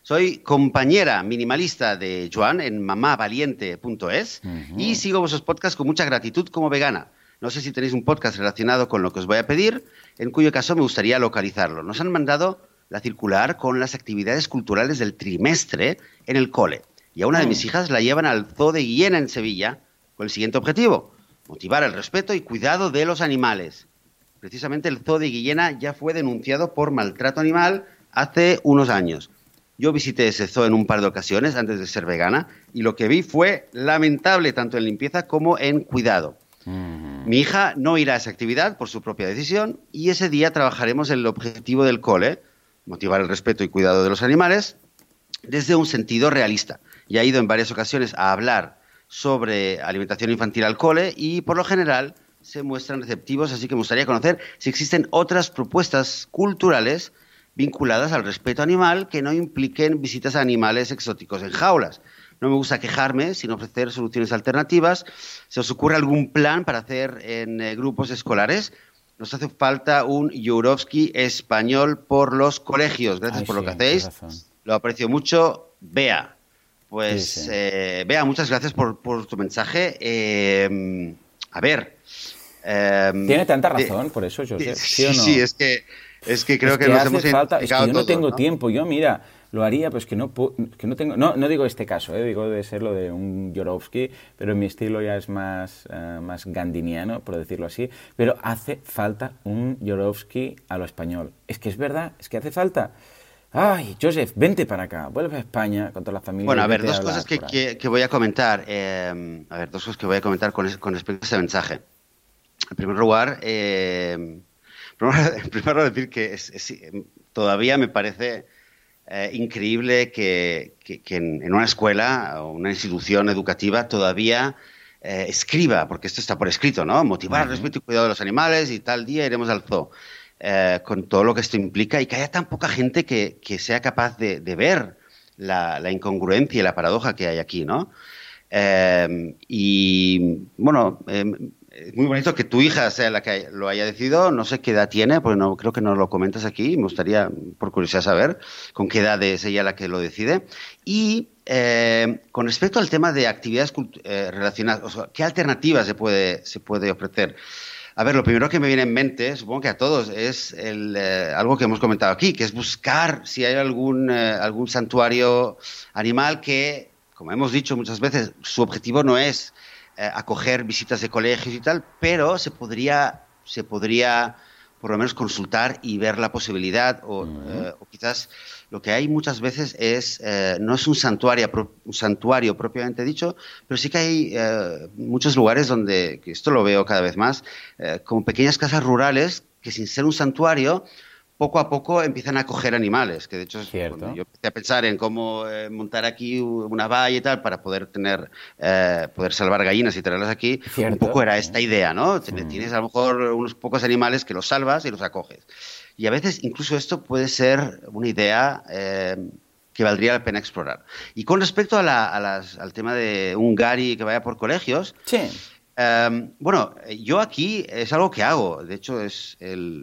Soy compañera minimalista de Joan en mamavaliente.es y sigo vuestros podcasts con mucha gratitud como vegana. No sé si tenéis un podcast relacionado con lo que os voy a pedir, en cuyo caso me gustaría localizarlo. Nos han mandado la circular con las actividades culturales del trimestre en el cole. Y a una de mis hijas la llevan al Zoo de Guillena en Sevilla con el siguiente objetivo: motivar el respeto y cuidado de los animales. Precisamente el Zoo de Guillena ya fue denunciado por maltrato animal hace unos años. Yo visité ese zoo en un par de ocasiones antes de ser vegana y lo que vi fue lamentable tanto en limpieza como en cuidado. Mi hija no irá a esa actividad por su propia decisión y ese día trabajaremos el objetivo del cole, motivar el respeto y cuidado de los animales, desde un sentido realista. Ya he ido en varias ocasiones a hablar sobre alimentación infantil al cole y por lo general se muestran receptivos, así que me gustaría conocer si existen otras propuestas culturales vinculadas al respeto animal que no impliquen visitas a animales exóticos en jaulas. No me gusta quejarme, sino ofrecer soluciones alternativas. ¿Se os ocurre algún plan para hacer en grupos escolares? Nos hace falta un Yourofsky español por los colegios. Gracias por lo que hacéis. Lo aprecio mucho. Bea. Pues, Bea, muchas gracias por tu mensaje. A ver. Tiene tanta razón, por eso, Josep. ¿Sí o no? Sí, es que creo que nos hemos falta. Es que yo no todos, tengo ¿no? tiempo. Yo, mira, lo haría, pero es que no tengo... No digo este caso, digo de serlo de un Yourofsky, pero mi estilo ya es más gandiniano, por decirlo así. Pero hace falta un Yourofsky a lo español. Es que es verdad, es que hace falta. Ay, Joseph, vente para acá, vuelve a España con toda la familia. Bueno, a ver, dos cosas que voy a comentar. Dos cosas que voy a comentar con respecto a este mensaje. En primer lugar, primero decir que todavía me parece increíble que en una escuela o una institución educativa todavía escriba, porque esto está por escrito, ¿no? Motivar el respeto y cuidado de los animales y tal día iremos al zoo. Con todo lo que esto implica y que haya tan poca gente que sea capaz de ver la incongruencia y la paradoja que hay aquí, ¿no? Y, bueno, es muy bonito que tu hija sea la que lo haya decidido. No sé qué edad tiene, porque no creo que nos lo comentas aquí. Me gustaría, por curiosidad, saber con qué edad es ella la que lo decide. Y con respecto al tema de actividades relacionadas, o sea, ¿qué alternativas se puede ofrecer? A ver, lo primero que me viene en mente, supongo que a todos, es algo que hemos comentado aquí, que es buscar si hay algún santuario animal que, como hemos dicho muchas veces, su objetivo no es acoger visitas de colegios y tal, pero se podría por lo menos consultar y ver la posibilidad o quizás lo que hay muchas veces no es un santuario propiamente dicho, pero sí que hay muchos lugares donde, que esto lo veo cada vez más, como pequeñas casas rurales que sin ser un santuario poco a poco empiezan a acoger animales, que de hecho cuando yo empecé a pensar en cómo montar aquí una valla y tal para poder poder salvar gallinas y tenerlas aquí, un poco era esta idea, ¿no? Tienes a lo mejor unos pocos animales que los salvas y los acoges. Y a veces incluso esto puede ser una idea que valdría la pena explorar. Y con respecto al tema de un Gary que vaya por colegios... Sí. Bueno, yo aquí es algo que hago. De hecho, es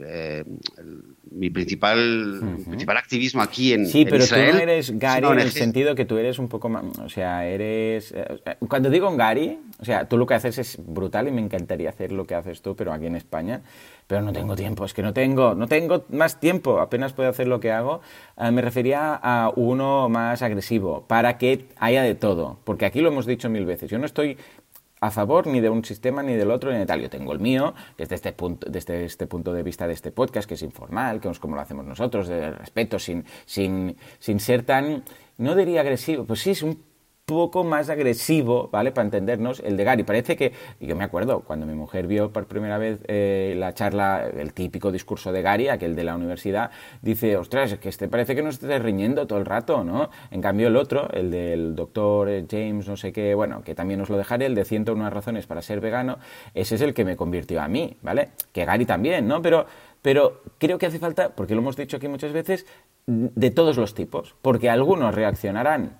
mi principal activismo aquí en Israel. Sí, pero tú no eres Gary en el sentido que tú eres un poco más... O sea, eres... Cuando digo un Gary, o sea, tú lo que haces es brutal y me encantaría hacer lo que haces tú, pero aquí en España. Pero no tengo tiempo, es que no tengo más tiempo, apenas puedo hacer lo que hago. Me refería a uno más agresivo, para que haya de todo. Porque aquí lo hemos dicho 1000 veces. Yo no estoy a favor ni de un sistema ni del otro ni de tal. Yo tengo el mío, desde este punto de vista de este podcast, que es informal, que es como lo hacemos nosotros, de respeto, sin ser tan, no diría agresivo, pues sí, es un poco más agresivo, ¿vale? Para entendernos, el de Gary. Parece que, y yo me acuerdo, cuando mi mujer vio por primera vez la charla, el típico discurso de Gary, aquel de la universidad, dice, ostras, es que parece que nos esté riñendo todo el rato, ¿no? En cambio el otro, el del doctor James, no sé qué, bueno, que también os lo dejaré, el de 101 razones para ser vegano, ese es el que me convirtió a mí, ¿vale? Que Gary también, ¿no? Pero creo que hace falta, porque lo hemos dicho aquí muchas veces, de todos los tipos, porque algunos reaccionarán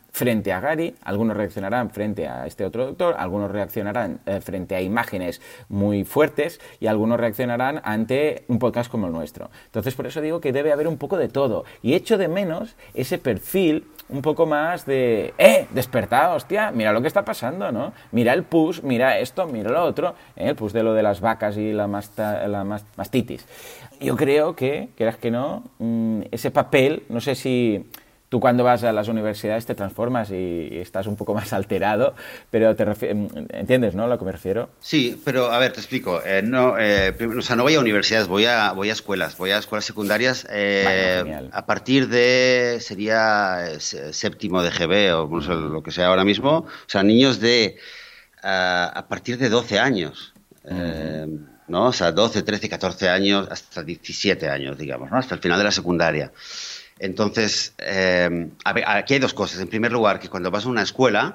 frente a Gary, algunos reaccionarán frente a este otro doctor, algunos reaccionarán frente a imágenes muy fuertes y algunos reaccionarán ante un podcast como el nuestro. Entonces, por eso digo que debe haber un poco de todo. Y echo de menos ese perfil un poco más de despertad, hostia, mira lo que está pasando, ¿no? Mira el pus, mira esto, mira lo otro, el pus de lo de las vacas y la mastitis. Yo creo que, quieras que no, ese papel, no sé si tú cuando vas a las universidades te transformas y estás un poco más alterado, pero ¿entiendes, no, a lo que me refiero? Sí, pero a ver, te explico. No voy a universidades, voy a escuelas secundarias. A partir de, sería séptimo de GB o no sé, lo que sea ahora mismo. O sea, niños de a partir de 12 años. ¿No? O sea, 12, 13, 14 años, hasta 17 años, digamos, ¿no? Hasta el final de la secundaria. Entonces, aquí hay dos cosas. En primer lugar, que cuando vas a una escuela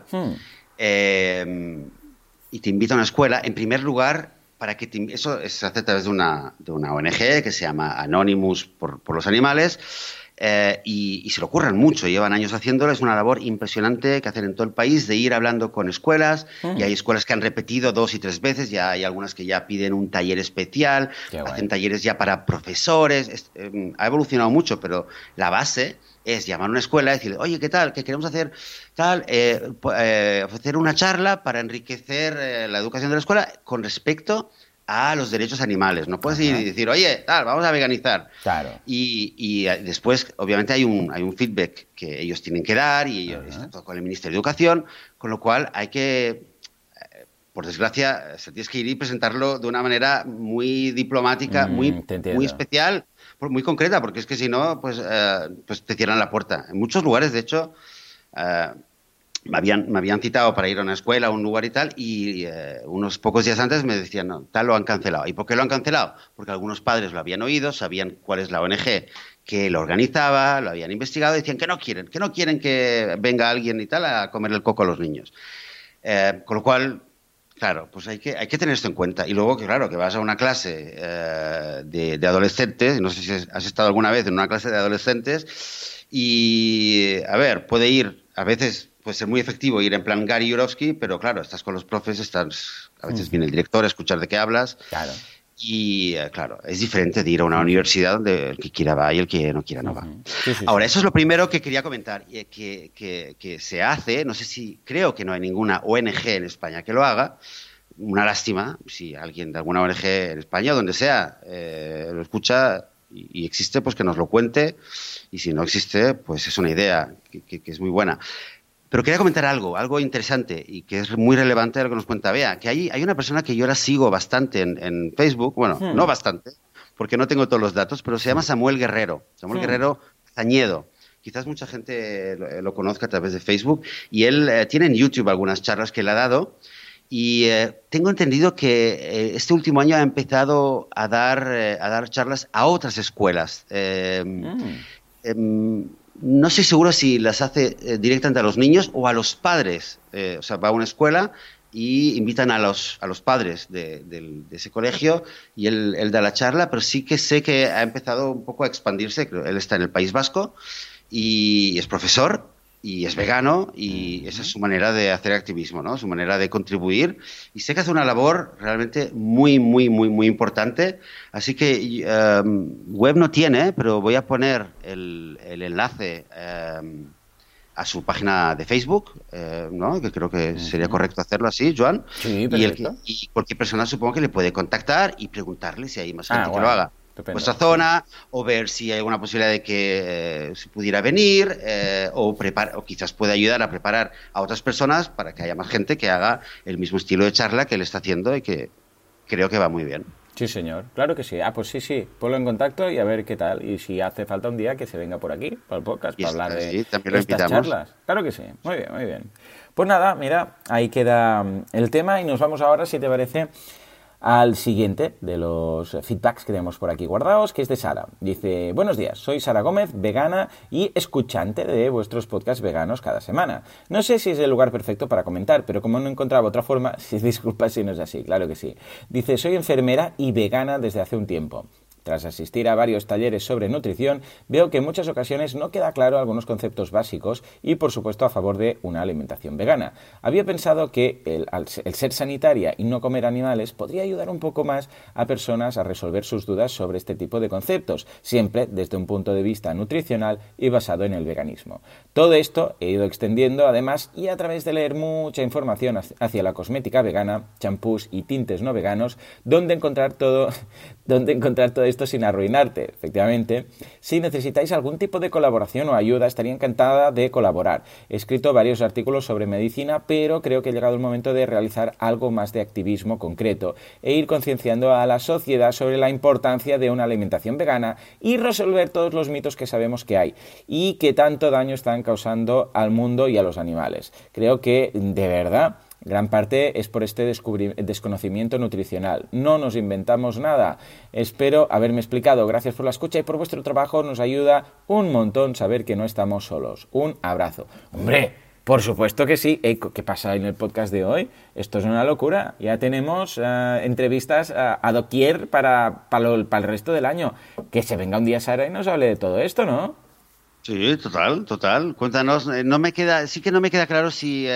y te invita a una escuela, en primer lugar, eso se hace a través de una ONG que se llama Anonymous por los animales, y se lo curran mucho, llevan años haciéndolo. Es una labor impresionante que hacen en todo el país, de ir hablando con escuelas, y hay escuelas que han repetido 2 y 3 veces, ya hay algunas que ya piden un taller especial, hacen talleres ya para profesores. Ha evolucionado mucho, pero la base es llamar a una escuela y decirle, oye, ¿qué tal? ¿Qué queremos hacer? Ofrecer una charla para enriquecer la educación de la escuela con respecto a los derechos animales. No puedes ir y decir, oye, vamos a veganizar. Claro. Y después, obviamente, hay un feedback que ellos tienen que dar, y ellos están todo con el Ministerio de Educación, con lo cual hay que, por desgracia, tienes que ir y presentarlo de una manera muy diplomática, muy especial, muy concreta, porque es que si no, pues te cierran la puerta. En muchos lugares, de hecho, me habían citado para ir a una escuela, a un lugar y tal, y unos pocos días antes me decían, no, tal, lo han cancelado. ¿Y por qué lo han cancelado? Porque algunos padres lo habían oído, sabían cuál es la ONG que lo organizaba, lo habían investigado, y decían que no quieren que venga alguien y tal a comerle el coco a los niños. Con lo cual, claro, pues hay que tener esto en cuenta. Y luego, que claro, que vas a una clase de adolescentes, no sé si has estado alguna vez en una clase de adolescentes, y, a ver, a veces puede ser muy efectivo ir en plan Gary Yourofsky, pero claro, estás con los profes, a veces viene el director a escuchar de qué hablas. Claro. Y claro, es diferente de ir a una universidad donde el que quiera va y el que no quiera no va. Sí. Ahora, eso es lo primero que quería comentar, que se hace. No sé si, creo que no hay ninguna ONG en España que lo haga. Una lástima, si alguien de alguna ONG en España o donde sea lo escucha y existe, pues que nos lo cuente, y si no existe, pues es una idea que es muy buena. Pero quería comentar algo interesante y que es muy relevante a lo que nos cuenta Bea, que hay una persona que yo la sigo bastante en Facebook, bueno, no bastante, porque no tengo todos los datos, pero se llama Samuel Guerrero, Guerrero Castañedo. Quizás mucha gente lo conozca a través de Facebook, y él tiene en YouTube algunas charlas que él ha dado, y tengo entendido que este último año ha empezado a dar charlas a otras escuelas. No estoy seguro si las hace directamente a los niños o a los padres. O sea, va a una escuela y invitan a los padres de ese colegio, y él da la charla, pero sí que sé que ha empezado un poco a expandirse. Él está en el País Vasco y es profesor y es vegano, y esa es su manera de hacer activismo, ¿no? Su manera de contribuir, y sé que hace una labor realmente muy, muy, muy, muy importante. Así que web no tiene, pero voy a poner el enlace a su página de Facebook, ¿no? Que creo que sería correcto hacerlo así, Joan. Sí, y cualquier persona, supongo, que le puede contactar y preguntarle si hay más gente que lo haga. Estupendo. Vuestra zona, o ver si hay alguna posibilidad de que se pudiera venir, o quizás pueda ayudar a preparar a otras personas para que haya más gente que haga el mismo estilo de charla que él está haciendo, y que creo que va muy bien. Sí, señor. Claro que sí. Pues sí. Ponlo en contacto y a ver qué tal. Y si hace falta un día, que se venga por aquí, para el podcast, para hablar de estas charlas. Claro que sí. Muy bien, muy bien. Pues nada, mira, ahí queda el tema, y nos vamos ahora, si te parece, al siguiente de los feedbacks que tenemos por aquí guardados, que es de Sara. Dice: buenos días, soy Sara Gómez, vegana y escuchante de vuestros podcasts veganos cada semana. No sé si es el lugar perfecto para comentar, pero como no encontraba otra forma, disculpa si no es así, claro que sí. Dice: soy enfermera y vegana desde hace un tiempo. Tras asistir a varios talleres sobre nutrición, veo que en muchas ocasiones no queda claro algunos conceptos básicos y, por supuesto, a favor de una alimentación vegana. Había pensado que el ser sanitaria y no comer animales podría ayudar un poco más a personas a resolver sus dudas sobre este tipo de conceptos, siempre desde un punto de vista nutricional y basado en el veganismo. Todo esto he ido extendiendo además y a través de leer mucha información hacia la cosmética vegana, champús y tintes no veganos, donde encontrar todo esto sin arruinarte. Efectivamente, si necesitáis algún tipo de colaboración o ayuda, estaría encantada de colaborar. He escrito varios artículos sobre medicina, pero creo que ha llegado el momento de realizar algo más de activismo concreto e ir concienciando a la sociedad sobre la importancia de una alimentación vegana y resolver todos los mitos que sabemos que hay y que tanto daño están causando al mundo y a los animales. Creo que, de verdad, gran parte es por este desconocimiento nutricional. No nos inventamos nada. Espero haberme explicado. Gracias por la escucha y por vuestro trabajo. Nos ayuda un montón saber que no estamos solos. Un abrazo. ¡Hombre! Por supuesto que sí. ¿Qué pasa en el podcast de hoy? Esto es una locura. Ya tenemos entrevistas a doquier para el resto del año. Que se venga un día Sara y nos hable de todo esto, ¿no? Sí, total. Cuéntanos. Sí que no me queda claro si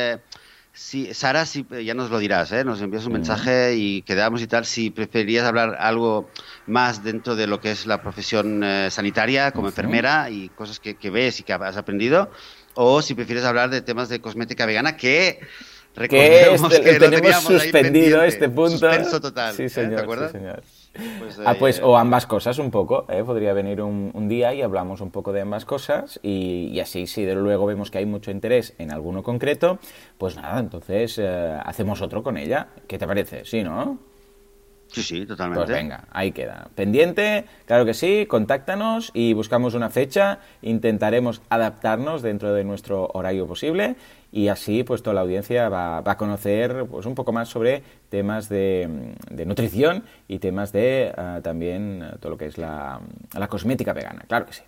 Sara, ya nos lo dirás, nos envías un mensaje y quedamos y tal, si preferías hablar algo más dentro de lo que es la profesión sanitaria como enfermera y cosas que ves y que has aprendido, o si prefieres hablar de temas de cosmética vegana que recordemos que tenemos suspendido este punto. Suspenso total. Sí, señor, ¿te acuerdas? Sí, señor. Pues o ambas cosas un poco, podría venir un día y hablamos un poco de ambas cosas y así si de luego vemos que hay mucho interés en alguno concreto, pues nada, entonces hacemos otro con ella. ¿Qué te parece? ¿Sí, no? Sí, totalmente. Pues venga, ahí queda. Pendiente, claro que sí, contáctanos y buscamos una fecha, intentaremos adaptarnos dentro de nuestro horario posible y así pues toda la audiencia va a conocer pues un poco más sobre temas de nutrición y temas de también todo lo que es la cosmética vegana, claro que sí.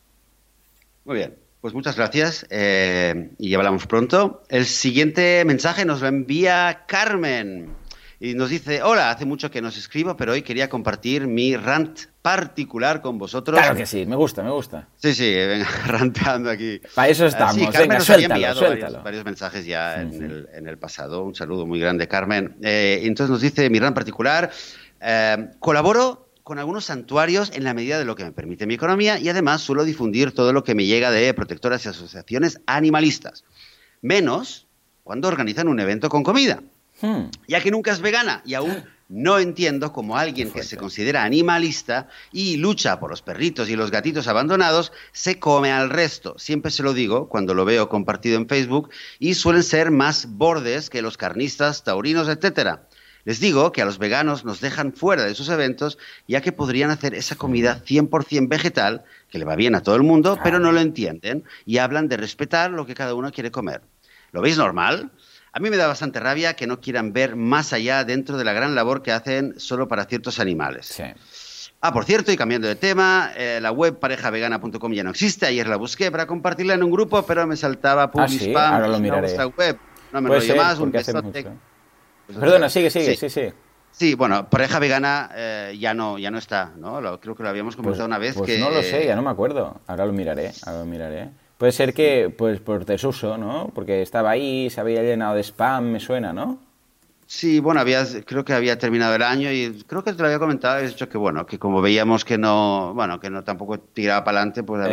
Muy bien. Pues muchas gracias y ya hablamos pronto. El siguiente mensaje nos lo envía Carmen. Y nos dice, hola, hace mucho que nos escribo, pero hoy quería compartir mi rant particular con vosotros. Claro que sí, me gusta. Sí, venga, ranteando aquí. Para eso estamos, sí, Carmen venga, nos suéltalo. había enviado varios mensajes ya en el pasado. Un saludo muy grande, Carmen. Entonces nos dice, mi rant particular, colaboro con algunos santuarios en la medida de lo que me permite mi economía y además suelo difundir todo lo que me llega de protectoras y asociaciones animalistas. Menos cuando organizan un evento con comida. Ya que nunca es vegana y aún no entiendo cómo alguien que se considera animalista y lucha por los perritos y los gatitos abandonados se come al resto. Siempre se lo digo cuando lo veo compartido en Facebook y suelen ser más bordes que los carnistas, taurinos, etcétera. Les digo que a los veganos nos dejan fuera de sus eventos ya que podrían hacer esa comida 100% vegetal, que le va bien a todo el mundo, pero no lo entienden y hablan de respetar lo que cada uno quiere comer. ¿Lo veis normal? A mí me da bastante rabia que no quieran ver más allá dentro de la gran labor que hacen solo para ciertos animales. Sí. Por cierto, y cambiando de tema, la web parejavegana.com ya no existe. Ayer la busqué para compartirla en un grupo, pero me saltaba publispam. Ahora lo miraré. Nuestra web. No me enrollo más, un besote. Perdona, sigue, sí. Sí, bueno, Pareja Vegana ya no está, ¿no? Creo que lo habíamos comentado una vez. Pues no lo sé, ya no me acuerdo. Ahora lo miraré. Puede ser que, pues por desuso, ¿no? Porque estaba ahí, se había llenado de spam, me suena, ¿no? Sí, bueno, creo que había terminado el año y creo que te lo había comentado, habías dicho que bueno, que como veíamos que no tampoco tiraba para adelante, pues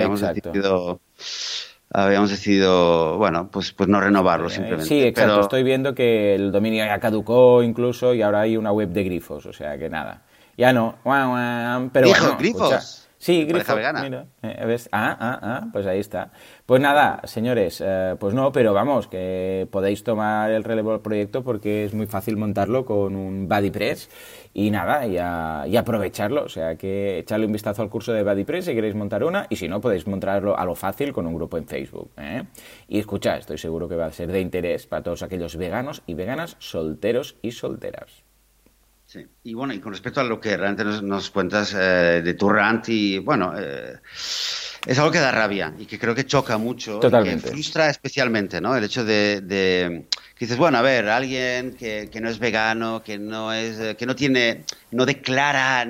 habíamos decidido, bueno, pues no renovarlo simplemente. Sí, exacto, pero estoy viendo que el dominio ya caducó incluso y ahora hay una web de grifos, o sea que nada. Ya no, pero ¿Dijo bueno, grifos? Escucha. Sí, grifo, mira, ¿ves? Pues ahí está. Pues nada, señores, pues no, pero vamos, que podéis tomar el relevo del proyecto porque es muy fácil montarlo con un BuddyPress y nada, y aprovecharlo, o sea que echarle un vistazo al curso de BuddyPress si queréis montar una y si no podéis montarlo a lo fácil con un grupo en Facebook, ¿eh? Y escucha, estoy seguro que va a ser de interés para todos aquellos veganos y veganas, solteros y solteras. Sí, y bueno, y con respecto a lo que realmente nos cuentas de tu rant y bueno, es algo que da rabia y que creo que choca mucho. Totalmente. Y que frustra especialmente, ¿no? El hecho que dices, bueno, a ver, alguien que no es vegano, que no declara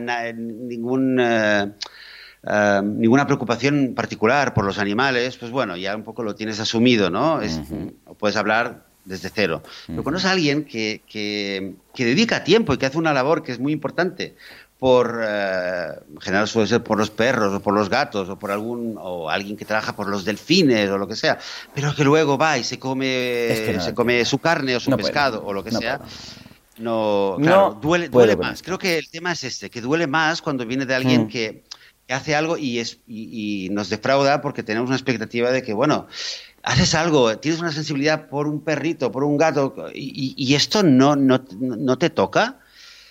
ninguna preocupación particular por los animales, pues bueno, ya un poco lo tienes asumido, ¿no? Puedes hablar desde cero. Pero cuando es alguien que dedica tiempo y que hace una labor que es muy importante en general suele ser por los perros o por los gatos o alguien que trabaja por los delfines o lo que sea, pero que luego va y se come su carne o su pescado o lo que sea. No, claro, duele más. Creo que el tema es que duele más cuando viene de alguien que hace algo y nos defrauda porque tenemos una expectativa de que, bueno, haces algo, tienes una sensibilidad por un perrito, por un gato y esto no te toca.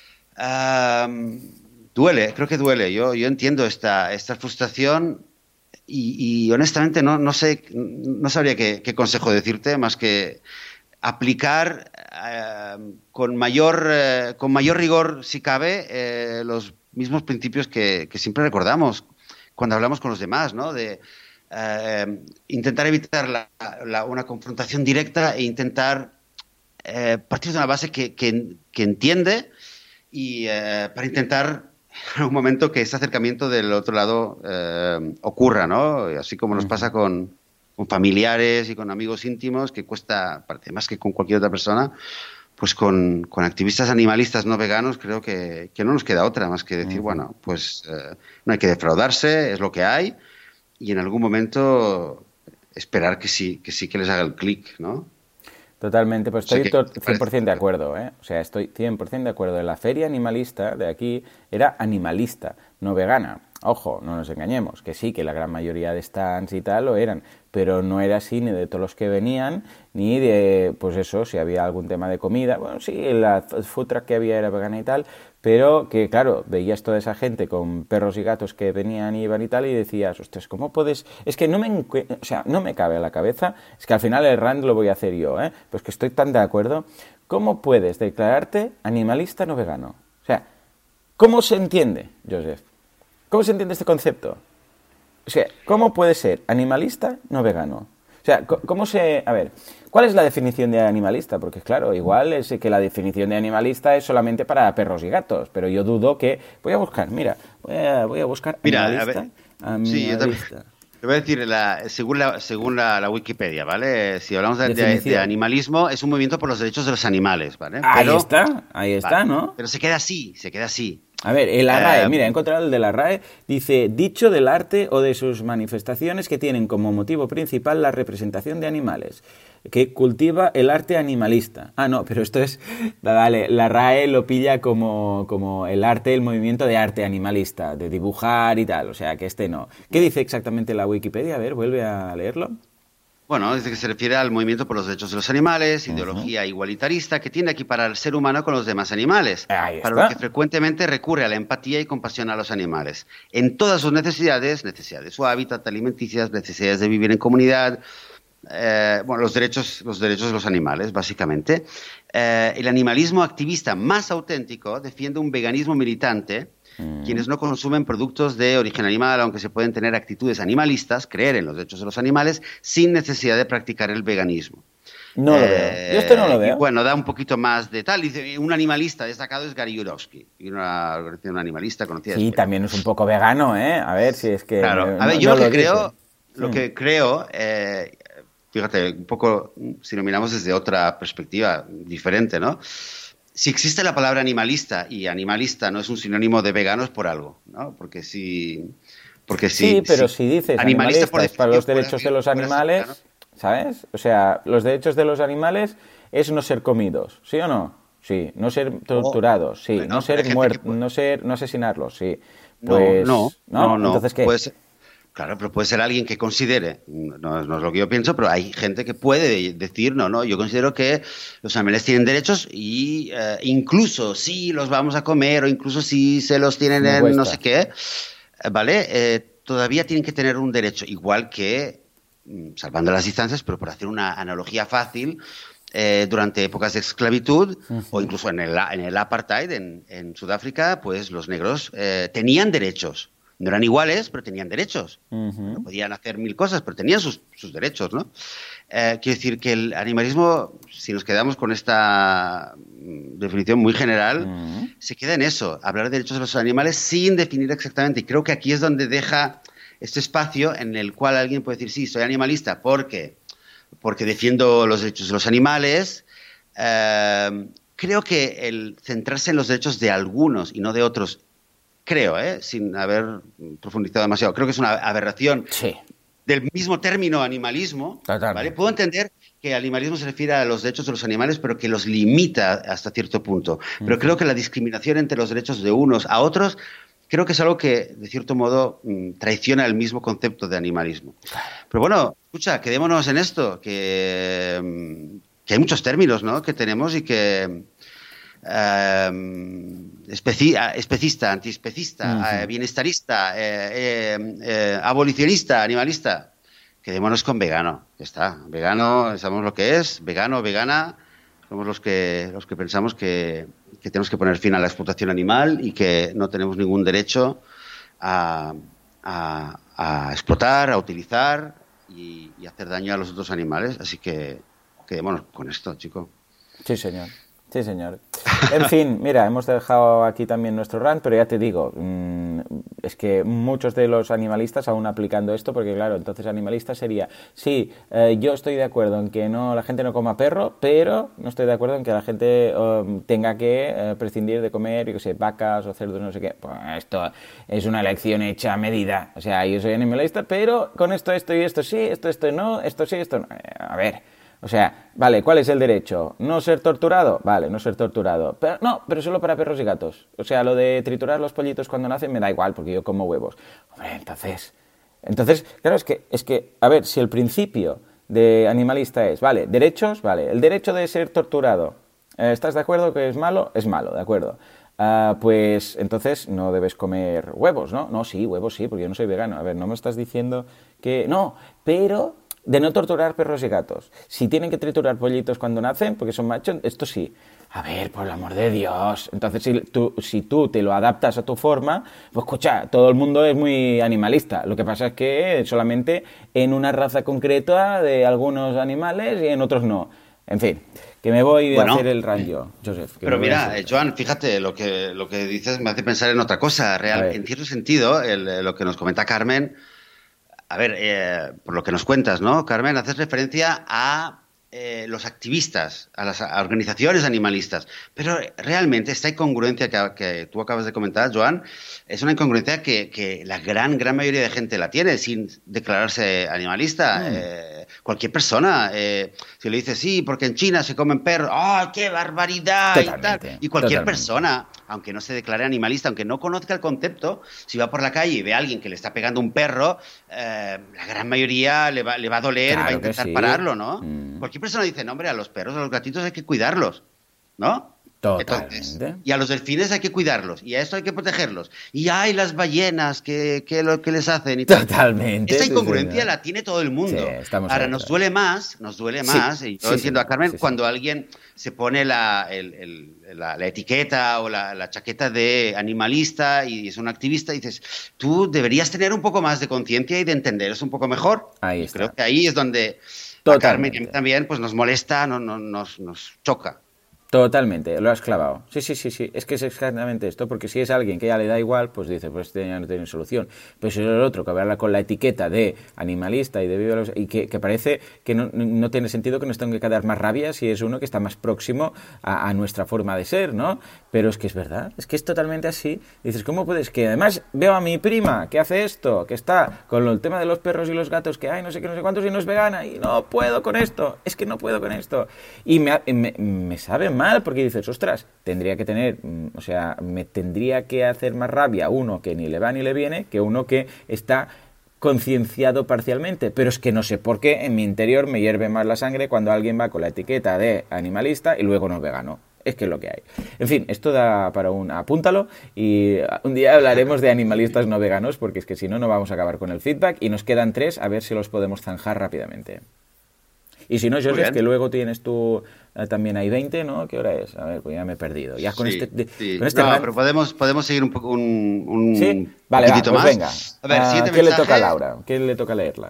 Duele, creo que duele. Yo entiendo esta frustración y honestamente no sé, no sabría qué consejo decirte más que aplicar con mayor rigor, si cabe, los mismos principios que siempre recordamos cuando hablamos con los demás, ¿no? De intentar evitar una confrontación directa e intentar partir de una base que entiende y para intentar en un momento que ese acercamiento del otro lado ocurra, ¿no? Así como nos pasa con familiares y con amigos íntimos, que cuesta, más que con cualquier otra persona, pues con activistas animalistas no veganos creo que no nos queda otra más que decir, bueno, pues no hay que defraudarse, es lo que hay, y en algún momento esperar que sí que les haga el clic, ¿no? Totalmente, pues estoy 100% de acuerdo, ¿eh? O sea, estoy 100% de acuerdo. La feria animalista de aquí era animalista, no vegana. Ojo, no nos engañemos, que sí, que la gran mayoría de stands y tal lo eran, pero no era así ni de todos los que venían, ni de, pues eso, si había algún tema de comida. Bueno, sí, la food truck que había era vegana y tal, pero que, claro, veías toda esa gente con perros y gatos que venían y iban y tal, y decías, ostras, ¿cómo puedes...? Es que no me cabe a la cabeza, es que al final el rant lo voy a hacer yo, ¿eh? Pues que estoy tan de acuerdo. ¿Cómo puedes declararte animalista no vegano? O sea, ¿cómo se entiende, Joseph? ¿Cómo se entiende este concepto? O sea, ¿cómo puede ser animalista no vegano? O sea, ¿cómo se...? A ver, ¿cuál es la definición de animalista? Porque, claro, igual es que la definición de animalista es solamente para perros y gatos, pero yo dudo que... Voy a buscar animalista. Sí, yo también. Te voy a decir, según la Wikipedia, ¿vale? Si hablamos de animalismo, es un movimiento por los derechos de los animales, ¿vale? Ahí está, ¿no? Pero se queda así. A ver, el RAE, mira, he encontrado el de la RAE, dice, dicho del arte o de sus manifestaciones que tienen como motivo principal la representación de animales, que cultiva el arte animalista. Ah, no, pero esto es, vale, la RAE lo pilla como el arte, el movimiento de arte animalista, de dibujar y tal, o sea, que este no. ¿Qué dice exactamente la Wikipedia? A ver, vuelve a leerlo. Bueno, dice que se refiere al movimiento por los derechos de los animales, ideología igualitarista que tiende a equiparar al ser humano con los demás animales, para lo que frecuentemente recurre a la empatía y compasión a los animales. En todas sus necesidades de su hábitat, alimenticias, necesidades de vivir en comunidad, los derechos de los animales, básicamente. El animalismo activista más auténtico defiende un veganismo militante. Quienes no consumen productos de origen animal, aunque se pueden tener actitudes animalistas, creer en los derechos de los animales, sin necesidad de practicar el veganismo. No lo veo. Yo esto no lo veo. Y bueno, da un poquito más de tal. Dice, un animalista destacado es Gary Yourofsky, una animalista conocida. Sí, también es un poco vegano, ¿eh? A ver si es que... Claro. A ver, yo lo que creo, fíjate, un poco, si lo miramos desde otra perspectiva diferente, ¿no? Si existe la palabra animalista y animalista no es un sinónimo de veganos por algo, ¿no? Porque sí, pero si dices animalistas para los derechos de los animales, ¿sabes? O sea, los derechos de los animales es no ser comidos, ¿sí o no? Sí, no ser torturados, sí, no ser muertos, no asesinarlos, sí. Pues, no. Entonces, ¿qué? Pues, claro, pero puede ser alguien que considere, no es lo que yo pienso, pero hay gente que puede decir, no, yo considero que los animales tienen derechos y incluso si los vamos a comer o incluso si se los tienen en no sé qué, ¿vale? Todavía tienen que tener un derecho, igual que, salvando las distancias, pero por hacer una analogía fácil, durante épocas de esclavitud o incluso en el apartheid en Sudáfrica, pues los negros tenían derechos. No eran iguales, pero tenían derechos. Ujú. No podían hacer mil cosas, pero tenían sus derechos, ¿no? Quiero decir que el animalismo, si nos quedamos con esta definición muy general, se queda en eso, hablar de derechos de los animales sin definir exactamente. Y creo que aquí es donde deja este espacio en el cual alguien puede decir, sí, soy animalista porque defiendo los derechos de los animales. Creo que el centrarse en los derechos de algunos y no de otros, creo, sin haber profundizado demasiado, creo que es una aberración Sí, del mismo término animalismo, totalmente. ¿vale? Puedo entender que animalismo se refiere a los derechos de los animales, pero que los limita hasta cierto punto. Pero creo que la discriminación entre los derechos de unos a otros, creo que es algo que, de cierto modo, traiciona el mismo concepto de animalismo. Pero bueno, escucha, quedémonos en esto, que hay muchos términos, ¿no?, que tenemos y que especista, antiespecista, bienestarista, abolicionista, animalista. Quedémonos con vegano, ya está. Vegano, sabemos lo que es, vegano, vegana, somos los que pensamos que tenemos que poner fin a la explotación animal y que no tenemos ningún derecho a explotar, a utilizar y hacer daño a los otros animales. Así que quedémonos con esto, chico. Sí, señor. Sí, señor. En fin, mira, hemos dejado aquí también nuestro rant, pero ya te digo, es que muchos de los animalistas aún aplicando esto, porque claro, entonces animalista sería, sí, yo estoy de acuerdo en que no la gente no coma perro, pero no estoy de acuerdo en que la gente tenga que prescindir de comer, yo qué sé, vacas o cerdos, no sé qué. Pues esto es una elección hecha a medida. O sea, yo soy animalista, pero con esto y esto sí, esto no, esto sí, esto no. A ver. O sea, vale, ¿cuál es el derecho? ¿No ser torturado? Vale, no ser torturado. Pero, no, pero solo para perros y gatos. O sea, lo de triturar los pollitos cuando nacen me da igual, porque yo como huevos. Hombre, entonces, claro, es que, a ver, si el principio de animalista es, vale, derechos, vale, el derecho de ser torturado, ¿estás de acuerdo que es malo? Es malo, de acuerdo. Pues entonces no debes comer huevos, ¿no? No, sí, huevos sí, porque yo no soy vegano. A ver, no me estás diciendo que... No, pero... de no torturar perros y gatos. Si tienen que triturar pollitos cuando nacen, porque son machos, esto sí. A ver, por el amor de Dios. Entonces, si tú te lo adaptas a tu forma, pues escucha, todo el mundo es muy animalista. Lo que pasa es que solamente en una raza concreta de algunos animales y en otros no. En fin, que me voy a hacer el rancho, Joseph. Pero mira, Joan, fíjate, lo que dices me hace pensar en otra cosa. En cierto sentido, lo que nos comenta Carmen... A ver, por lo que nos cuentas, ¿no, Carmen? Haces referencia a los activistas, a las organizaciones animalistas. Pero realmente esta incongruencia que tú acabas de comentar, Joan, es una incongruencia que la gran mayoría de gente la tiene sin declararse animalista. Cualquier persona, si le dices, sí, porque en China se comen perros, ¡oh, qué barbaridad! Totalmente, y cualquier persona, aunque no se declare animalista, aunque no conozca el concepto, si va por la calle y ve a alguien que le está pegando un perro, la gran mayoría le va a doler, claro, va a intentar pararlo, ¿no? Cualquier persona dice, no, hombre, a los perros, a los gatitos hay que cuidarlos, ¿no? Totalmente. Entonces, y a los delfines hay que cuidarlos, y a esto hay que protegerlos. Y hay las ballenas, que lo que les hacen y tal. Totalmente. Esta incongruencia la tiene todo el mundo. Sí, ahora, nos duele más, y yo entiendo a Carmen cuando alguien se pone la etiqueta o la chaqueta de animalista y es un activista, y dices, tú deberías tener un poco más de conciencia y de entender eso un poco mejor. Ahí y está. creo que ahí es donde a Carmen y a mí también pues nos molesta, nos choca. Totalmente, lo has clavado. Sí, es que es exactamente esto, porque si es alguien que ya le da igual, pues dice, pues este ya no tiene solución. Pero si es el otro que habla con la etiqueta de animalista y de viva y que parece que no tiene sentido que nos tenga que dar más rabia si es uno que está más próximo a nuestra forma de ser, ¿no? Pero es que es verdad, es que es totalmente así. Dices, ¿cómo puedes? Que además veo a mi prima que hace esto, que está con el tema de los perros y los gatos, que hay no sé qué, no sé cuántos y no es vegana y no puedo con esto, es que no puedo con esto. Y me sabe mal, porque dices, ostras, tendría que tener, o sea, me tendría que hacer más rabia uno que ni le va ni le viene que uno que está concienciado parcialmente, pero es que no sé por qué en mi interior me hierve más la sangre cuando alguien va con la etiqueta de animalista y luego no es vegano. Es que es lo que hay. En fin, esto da para apúntalo y un día hablaremos de animalistas no veganos, porque es que si no, no vamos a acabar con el feedback y nos quedan 3, a ver si los podemos zanjar rápidamente. Y si no, Muy Joseph, bien. que luego tienes tú también hay 20, ¿no? ¿Qué hora es? A ver, pues ya me he perdido. Ya con Sí, sí. con este No, rant... pero podemos seguir un poco, ¿Sí? un Vale, va, poquitito pues más. venga. A ver, siguiente ¿Qué le toca a mensaje. Laura? ¿Qué le toca leerla?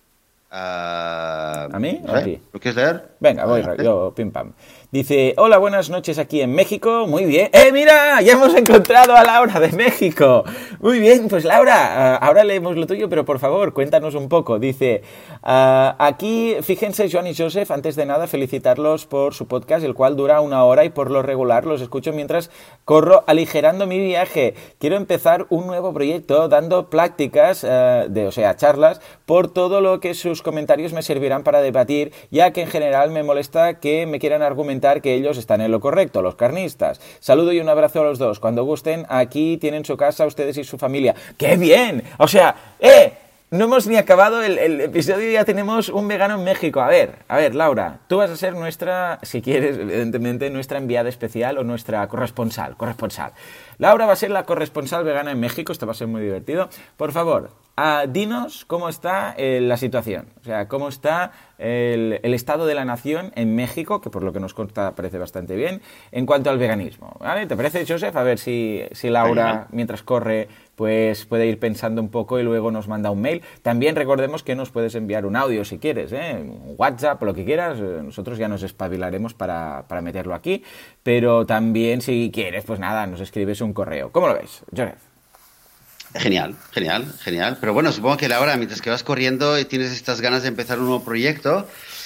¿A mí No o a sé, ti? ¿lo quieres leer? Venga, voy Adelante. yo, pim pam. Dice, hola, buenas noches aquí en México. Muy bien. Mira! Ya hemos encontrado a Laura de México. Muy bien, pues Laura, ahora leemos lo tuyo, pero por favor, cuéntanos un poco. Dice, aquí, fíjense, Joan y Joseph, antes de nada, felicitarlos por su podcast, el cual dura 1 hora y por lo regular los escucho mientras corro aligerando mi viaje. Quiero empezar un nuevo proyecto dando prácticas, o sea, charlas, por todo lo que sus comentarios me servirán para debatir, ya que en general me molesta que me quieran argumentar que ellos están en lo correcto, los carnistas. Saludo y un abrazo a los dos. Cuando gusten, aquí tienen su casa, ustedes y su familia. ¡Qué bien! O sea, no hemos ni acabado el episodio y ya tenemos un vegano en México. A ver, Laura, tú vas a ser nuestra, si quieres, evidentemente, nuestra enviada especial o nuestra corresponsal. Laura va a ser la corresponsal vegana en México, esto va a ser muy divertido. Por favor, dinos cómo está la situación, o sea, cómo está el estado de la nación en México, que por lo que nos consta parece bastante bien, en cuanto al veganismo. ¿Vale? ¿Te parece, Joseph? A ver si Laura, mientras corre, pues puede ir pensando un poco y luego nos manda un mail. También recordemos que nos puedes enviar un audio si quieres, un WhatsApp o lo que quieras. Nosotros ya nos espabilaremos para meterlo aquí, pero también si quieres, pues nada, nos escribes un correo. ¿Cómo lo ves, Joseph? Genial, genial, genial. Pero bueno, supongo que Laura, mientras que vas corriendo y tienes estas ganas de empezar un nuevo proyecto,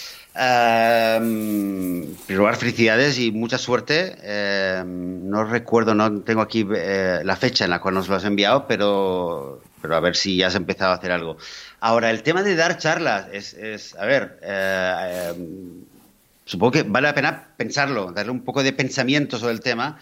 probar felicidades y mucha suerte. No recuerdo, no tengo aquí la fecha en la cual nos lo has enviado, pero a ver si ya has empezado a hacer algo. Ahora, el tema de dar charlas a ver, supongo que vale la pena pensarlo, darle un poco de pensamiento sobre el tema,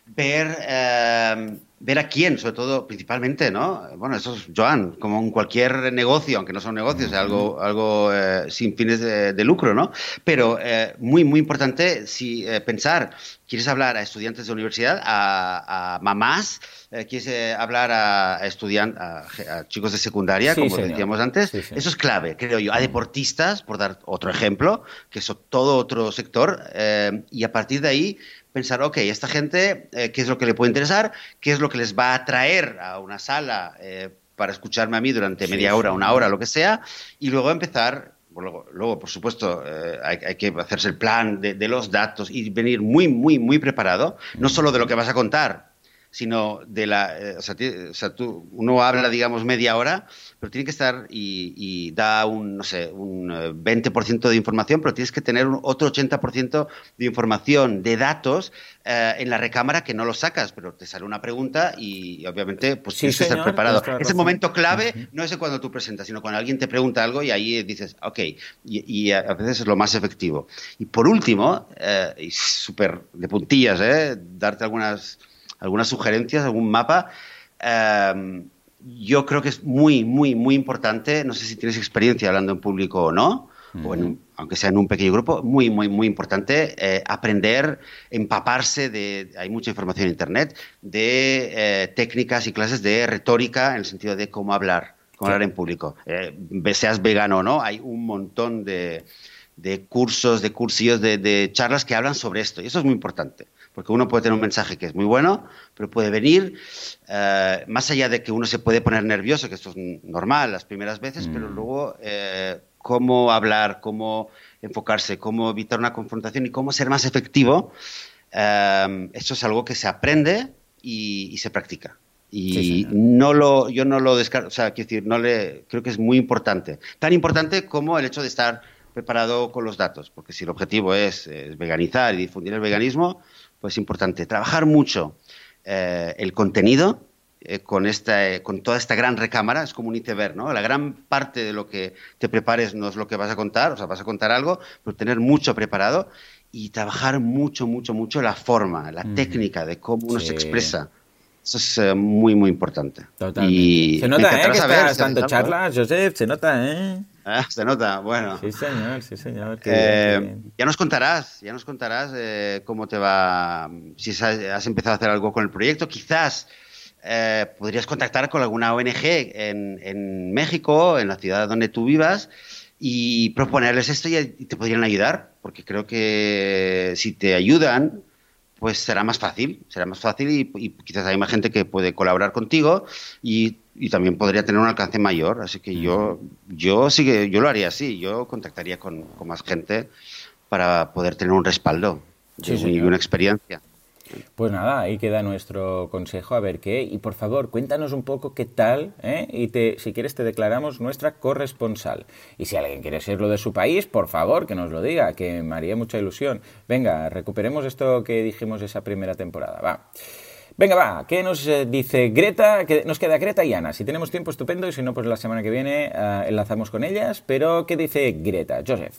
ver a quién, sobre todo, principalmente, ¿no? Bueno, eso es, Joan, como en cualquier negocio, aunque no son negocios, es algo sin fines de lucro, ¿no? Pero muy, muy importante pensar, ¿quieres hablar a estudiantes de universidad, a mamás? ¿Quieres hablar a estudiantes, a chicos de secundaria, Sí, como señor. decíamos antes? Sí, sí. Eso es clave, creo yo. A deportistas, por dar otro ejemplo, que es todo otro sector, y a partir de ahí pensar, ok, esta gente, ¿qué es lo que le puede interesar? ¿Qué es lo que les va a atraer a una sala para escucharme a mí durante media hora, 1 hora, lo que sea? Y luego empezar, luego por supuesto, hay que hacerse el plan de los datos y venir muy, muy, muy preparado, no solo de lo que vas a contar, sino de uno habla, digamos, media hora, pero tiene que estar y da un 20% de información, pero tienes que tener otro 80% de información, de datos, en la recámara que no lo sacas, pero te sale una pregunta y obviamente pues Sí, tienes que estar señor, preparado. tienes toda la Ese razón. momento clave no es cuando tú presentas, sino cuando alguien te pregunta algo y ahí dices, ok, y a veces es lo más efectivo. Y por último, y súper de puntillas, darte algunas sugerencias, algún mapa. Yo creo que es muy, muy, muy importante, no sé si tienes experiencia hablando en público o no, aunque sea en un pequeño grupo, muy, muy, muy importante aprender, empaparse hay mucha información en Internet, de técnicas y clases de retórica en el sentido de cómo hablar en público. Seas vegano o no, hay un montón de cursos, de cursillos, de charlas que hablan sobre esto, y eso es muy importante. Porque uno puede tener un mensaje que es muy bueno, pero puede venir, más allá de que uno se puede poner nervioso, que esto es normal las primeras veces, pero luego cómo hablar, cómo enfocarse, cómo evitar una confrontación y cómo ser más efectivo, esto es algo que se aprende y se practica. Y yo no lo descarto, o sea, quiero decir, creo que es muy importante. Tan importante como el hecho de estar preparado con los datos, porque si el objetivo es veganizar y difundir el veganismo, pues es importante trabajar mucho el contenido con toda esta gran recámara. Es como un iceberg, ¿no? La gran parte de lo que te prepares no es lo que vas a contar, o sea, vas a contar algo, pero tener mucho preparado y trabajar mucho, mucho, mucho la forma, la técnica de cómo uno se expresa. Eso es muy, muy importante. Totalmente. Y se nota, que estás si dando haces charlas, Joseph, se nota, ¿eh? Se nota, bueno. Sí, señor. Qué bien. Ya nos contarás cómo te va, si has empezado a hacer algo con el proyecto. Quizás podrías contactar con alguna ONG en México, en la ciudad donde tú vivas, y proponerles esto y te podrían ayudar, porque creo que si te ayudan, pues será más fácil y quizás hay más gente que puede colaborar contigo y también podría tener un alcance mayor. Así que yo sí que yo lo haría así, yo contactaría con más gente para poder tener un respaldo Sí, y señor. una experiencia. Pues nada, ahí queda nuestro consejo, a ver qué. Y por favor, cuéntanos un poco qué tal, ¿eh? Y si quieres te declaramos nuestra corresponsal. Y si alguien quiere serlo de su país, por favor, que nos lo diga, que me haría mucha ilusión. Venga, recuperemos esto que dijimos esa primera temporada, va. Venga, va, ¿qué nos dice Greta? Que nos queda Greta y Ana. Si tenemos tiempo, estupendo, y si no, pues la semana que viene enlazamos con ellas. Pero, ¿qué dice Greta? Joseph.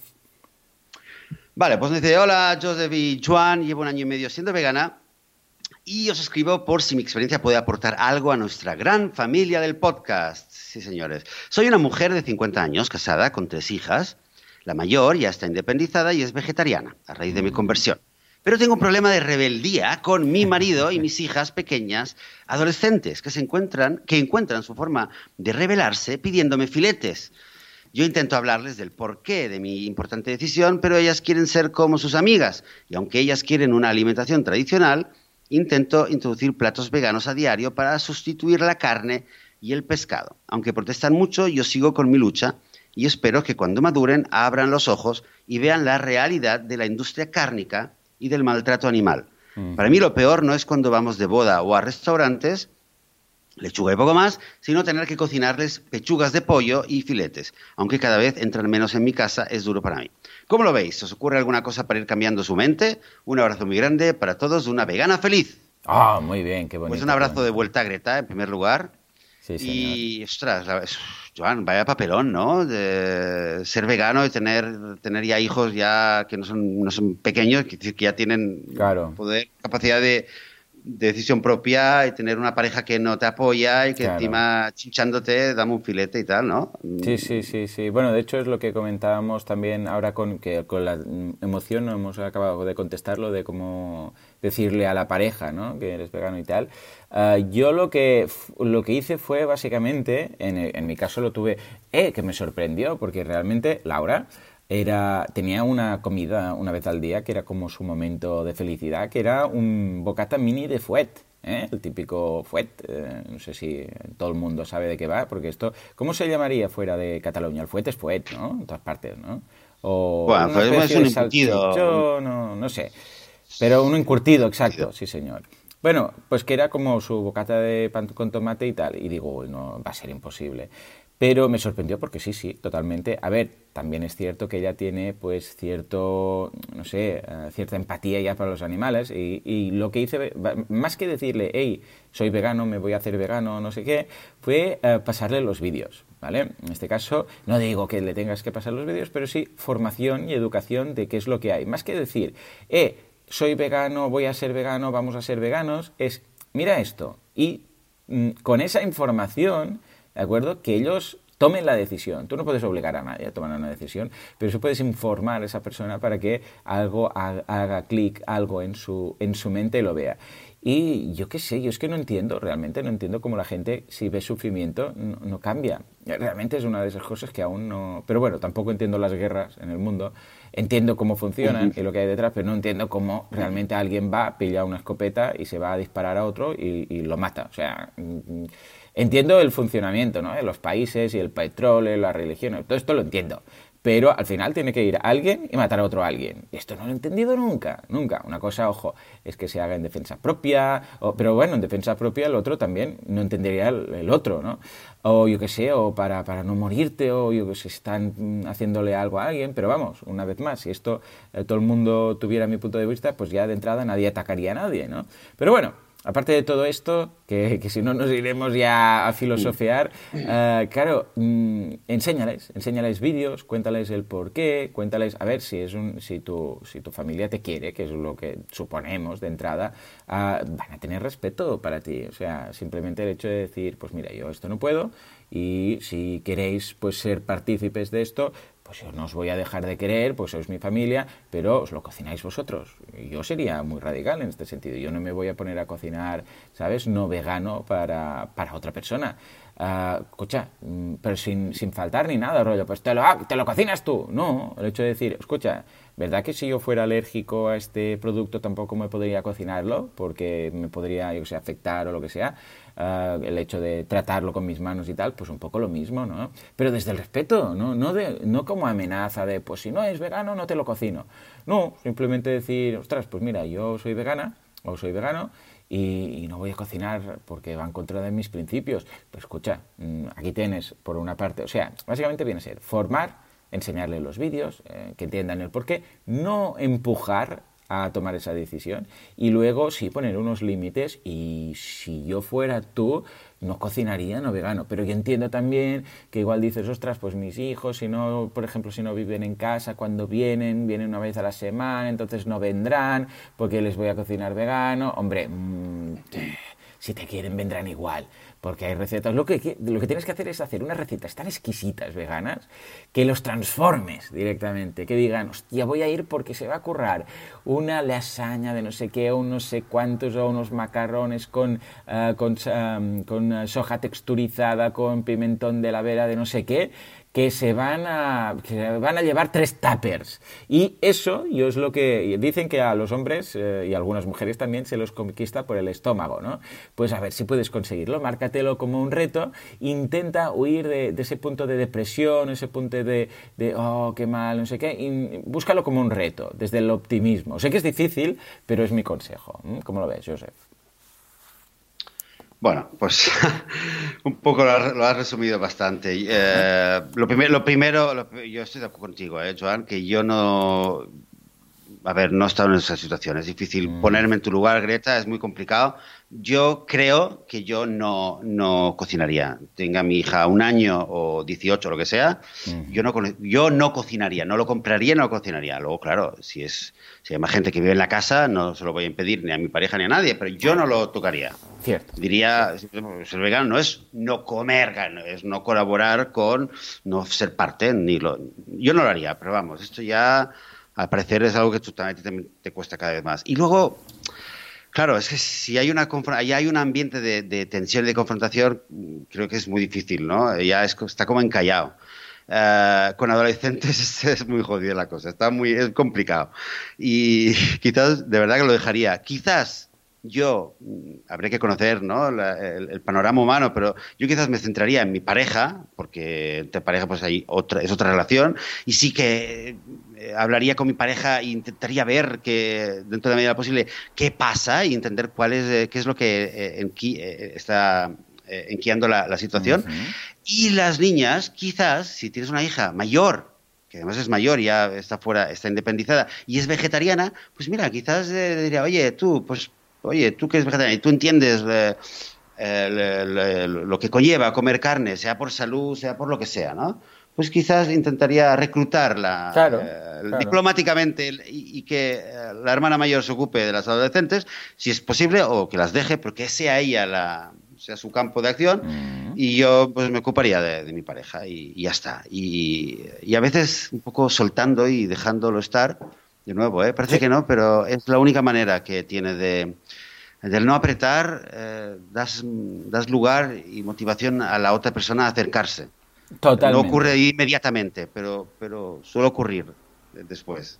Vale, pues dice, hola Joseph y Joan, llevo 1 año y medio siendo vegana y os escribo por si mi experiencia puede aportar algo a nuestra gran familia del podcast. Sí, señores. Soy una mujer de 50 años, casada, con 3 hijas. La mayor ya está independizada y es vegetariana, a raíz de mi conversión. Pero tengo un problema de rebeldía con mi marido y mis hijas pequeñas, adolescentes, que encuentran su forma de rebelarse pidiéndome filetes. Yo intento hablarles del porqué de mi importante decisión, pero ellas quieren ser como sus amigas. Y aunque ellas quieren una alimentación tradicional, intento introducir platos veganos a diario para sustituir la carne y el pescado. Aunque protestan mucho, yo sigo con mi lucha y espero que cuando maduren abran los ojos y vean la realidad de la industria cárnica y del maltrato animal. Para mí lo peor no es cuando vamos de boda o a restaurantes, lechuga y poco más, sino tener que cocinarles pechugas de pollo y filetes. Aunque cada vez entran menos en mi casa, es duro para mí. ¿Cómo lo veis? ¿Os ocurre alguna cosa para ir cambiando su mente? Un abrazo muy grande para todos de una vegana feliz. Ah, muy bien, qué bonito. Pues un abrazo de vuelta a Greta, en primer lugar. Sí, señor. Y, ostras, Joan, vaya papelón, ¿no? De ser vegano y tener ya hijos ya que no son pequeños, que ya tienen Claro. poder, capacidad de decisión propia y tener una pareja que no te apoya y que Claro. encima chinchándote dame un filete y tal, ¿no? Sí, sí, sí, sí. Bueno, de hecho es lo que comentábamos también ahora que con la emoción no hemos acabado de contestarlo de cómo decirle a la pareja, ¿no? Que eres vegano y tal. Yo lo que hice fue básicamente, en mi caso lo tuve, que me sorprendió porque realmente Laura tenía una comida una vez al día que era como su momento de felicidad, que era un bocata mini de fuet. El típico fuet, no sé si todo el mundo sabe de qué va, porque esto, ¿cómo se llamaría fuera de Cataluña? El fuet es fuet, ¿no? En todas partes, ¿no? O Bueno, una pues es especie un de embutido. salchichón, no sé. Pero un encurtido, exacto, sí señor. Bueno, pues que era como su bocata de pan con tomate y tal. Y digo, "Uy, no, va a ser imposible". Pero me sorprendió porque sí, totalmente. A ver, también es cierto que ella tiene pues no sé, cierta empatía ya para los animales y lo que hice, más que decirle, hey, soy vegano, me voy a hacer vegano, no sé qué, fue pasarle los vídeos, ¿vale? En este caso, no digo que le tengas que pasar los vídeos, pero sí formación y educación de qué es lo que hay. Más que decir, soy vegano, voy a ser vegano, vamos a ser veganos, es, mira esto. Y con esa información, ¿de acuerdo? Que ellos tomen la decisión. Tú no puedes obligar a nadie a tomar una decisión, pero sí puedes informar a esa persona para que algo haga clic, algo en su mente y lo vea. Y yo qué sé, yo es que no entiendo, realmente no entiendo cómo la gente, si ve sufrimiento, no cambia. Realmente es una de esas cosas que aún no... Pero bueno, tampoco entiendo las guerras en el mundo. Entiendo cómo funcionan y lo que hay detrás, pero no entiendo cómo realmente alguien va, pilla una escopeta y se va a disparar a otro y lo mata. O sea, entiendo el funcionamiento, ¿no? De los países y el petróleo, la religión, todo esto lo entiendo. Pero al final tiene que ir alguien y matar a otro alguien. Y esto no lo he entendido nunca, nunca. Una cosa, ojo, es que se haga en defensa propia, pero bueno, en defensa propia el otro también no entendería el otro, ¿no? O yo qué sé, o para no morirte, o yo que sé, están haciéndole algo a alguien, pero vamos, una vez más, si esto todo el mundo tuviera mi punto de vista, pues ya de entrada nadie atacaría a nadie, ¿no? Pero bueno, aparte de todo esto, que si no nos iremos ya a filosofear, claro, enséñales vídeos, cuéntales el porqué, cuéntales, a ver, si tu familia te quiere, que es lo que suponemos de entrada, van a tener respeto para ti. O sea, simplemente el hecho de decir, pues mira, yo esto no puedo, y si queréis pues ser partícipes de esto, pues yo no os voy a dejar de querer, pues sois mi familia, pero os lo cocináis vosotros. Yo sería muy radical en este sentido. Yo no me voy a poner a cocinar, ¿sabes?, no vegano para otra persona. Escucha, pero sin faltar ni nada, rollo, pues te lo cocinas tú. No, el hecho de decir, escucha, ¿verdad que si yo fuera alérgico a este producto tampoco me podría cocinarlo? Porque me podría, yo que sé, afectar o lo que sea. El hecho de tratarlo con mis manos y tal, pues un poco lo mismo, ¿no? Pero desde el respeto, no como amenaza de, pues si no es vegano, no te lo cocino. No, simplemente decir, ostras, pues mira, yo soy vegana o soy vegano y no voy a cocinar porque va en contra de mis principios. Pues escucha, aquí tienes, por una parte, o sea, básicamente viene a ser formar, enseñarle los vídeos, que entiendan el porqué, no empujar a tomar esa decisión y luego sí poner unos límites. Y si yo fuera tú, no cocinaría no vegano, pero yo entiendo también que igual dices, ostras, pues mis hijos, si no, por ejemplo, si no viven en casa, cuando vienen una vez a la semana, entonces no vendrán porque les voy a cocinar vegano. Hombre, si te quieren vendrán igual, porque hay recetas. Lo que tienes que hacer es hacer unas recetas tan exquisitas veganas que los transformes directamente, que digan, hostia, voy a ir porque se va a currar una lasaña de no sé qué, o no sé cuántos, o unos macarrones con soja texturizada, con pimentón de la vera de no sé qué, que se van a llevar 3 tuppers. Y eso es lo que dicen, que a los hombres y a algunas mujeres también se los conquista por el estómago, ¿no? Pues a ver si puedes conseguirlo, márcatelo como un reto, intenta huir de ese punto de depresión, ese punto de oh, qué mal, no sé qué, y búscalo como un reto, desde el optimismo. Sé que es difícil, pero es mi consejo. ¿Cómo lo ves, Josep? Bueno, pues un poco lo has resumido bastante. Lo primero, yo estoy de acuerdo contigo, Joan, que yo no... A ver, no he estado en esa situación. Es difícil ponerme en tu lugar, Greta, es muy complicado. Yo creo que yo no cocinaría. Tenga mi hija 1 año o 18, lo que sea, yo no cocinaría, no lo compraría, no lo cocinaría. Luego, claro, si hay más gente que vive en la casa, no se lo voy a impedir ni a mi pareja ni a nadie, pero yo no lo tocaría. Cierto. Diría, ser vegano no es no comer, es no colaborar con, no ser parte, yo no lo haría, pero vamos, esto ya al parecer es algo que te cuesta cada vez más. Y luego, claro, es que si hay hay un ambiente de tensión y de confrontación, creo que es muy difícil, ¿no? Ya está como encallado. Con adolescentes es muy jodida la cosa, es complicado. Y quizás, de verdad que lo dejaría. Quizás yo, habría que conocer, ¿no?, el panorama humano, pero yo quizás me centraría en mi pareja, porque entre pareja pues es otra relación, y sí que hablaría con mi pareja e intentaría ver que, dentro de la medida posible, qué pasa y entender qué es lo que está enquiando la situación. Y las niñas, quizás, si tienes una hija mayor, que además es mayor, ya está fuera, está independizada y es vegetariana, pues mira, quizás diría, oye, tú que eres vegetariana y tú entiendes lo que conlleva comer carne, sea por salud, sea por lo que sea, ¿no? Pues quizás intentaría reclutarla diplomáticamente y que la hermana mayor se ocupe de las adolescentes, si es posible, o que las deje, porque sea ella sea su campo de acción, y yo pues me ocuparía de mi pareja y ya está. Y a veces un poco soltando y dejándolo estar, de nuevo, parece que no, pero es la única manera que tiene del no apretar, das lugar y motivación a la otra persona a acercarse. Totalmente. No ocurre inmediatamente, pero suele ocurrir después.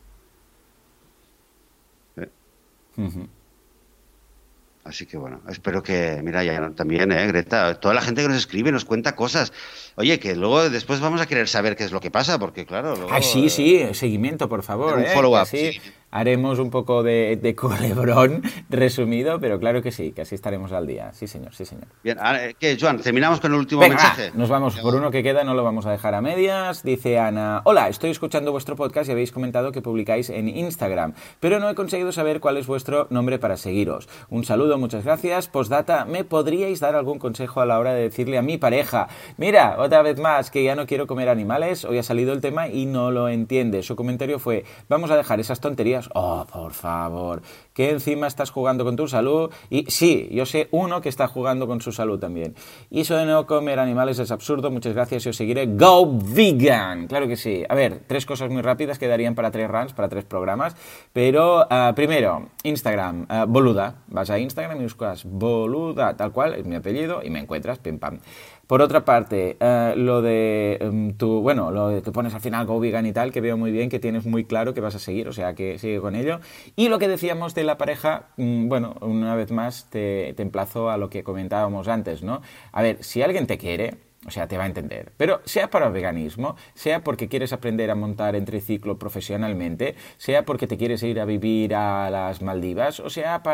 Así que bueno, espero que, mira, ya también, Greta, toda la gente que nos escribe nos cuenta cosas. Oye, que luego después vamos a querer saber qué es lo que pasa, porque claro... Luego, sí, seguimiento, por favor. Un follow-up, sí. Haremos un poco de culebrón resumido, pero claro que sí, que así estaremos al día. Sí, señor, sí, señor. Bien, ¿qué, Joan? ¿Terminamos con el último mensaje? Nos vamos por uno que queda, no lo vamos a dejar a medias. Dice Ana, hola, estoy escuchando vuestro podcast y habéis comentado que publicáis en Instagram, pero no he conseguido saber cuál es vuestro nombre para seguiros. Un saludo, muchas gracias. Postdata, ¿me podríais dar algún consejo a la hora de decirle a mi pareja, mira, otra vez más, que ya no quiero comer animales, hoy ha salido el tema y no lo entiende? Su comentario fue, vamos a dejar esas tonterías días. Oh, por favor, que encima estás jugando con tu salud. Y sí, yo sé uno que está jugando con su salud también. Y eso de no comer animales es absurdo. Muchas gracias, yo seguiré. ¡Go vegan! Claro que sí. A ver, 3 cosas muy rápidas que darían para 3 runs, para 3 programas. Pero, primero, Instagram, boluda. Vas a Instagram y buscas boluda, tal cual, es mi apellido, y me encuentras, pim pam. Por otra parte, lo de lo de que pones al final Go Vegan y tal, que veo muy bien, que tienes muy claro que vas a seguir, o sea, que sigue con ello. Y lo que decíamos de la pareja, bueno, una vez más te emplazo a lo que comentábamos antes, ¿no? A ver, si alguien te quiere, o sea, te va a entender. Pero sea para el veganismo, sea porque quieres aprender a montar en triciclo profesionalmente, sea porque te quieres ir a vivir a las Maldivas, o sea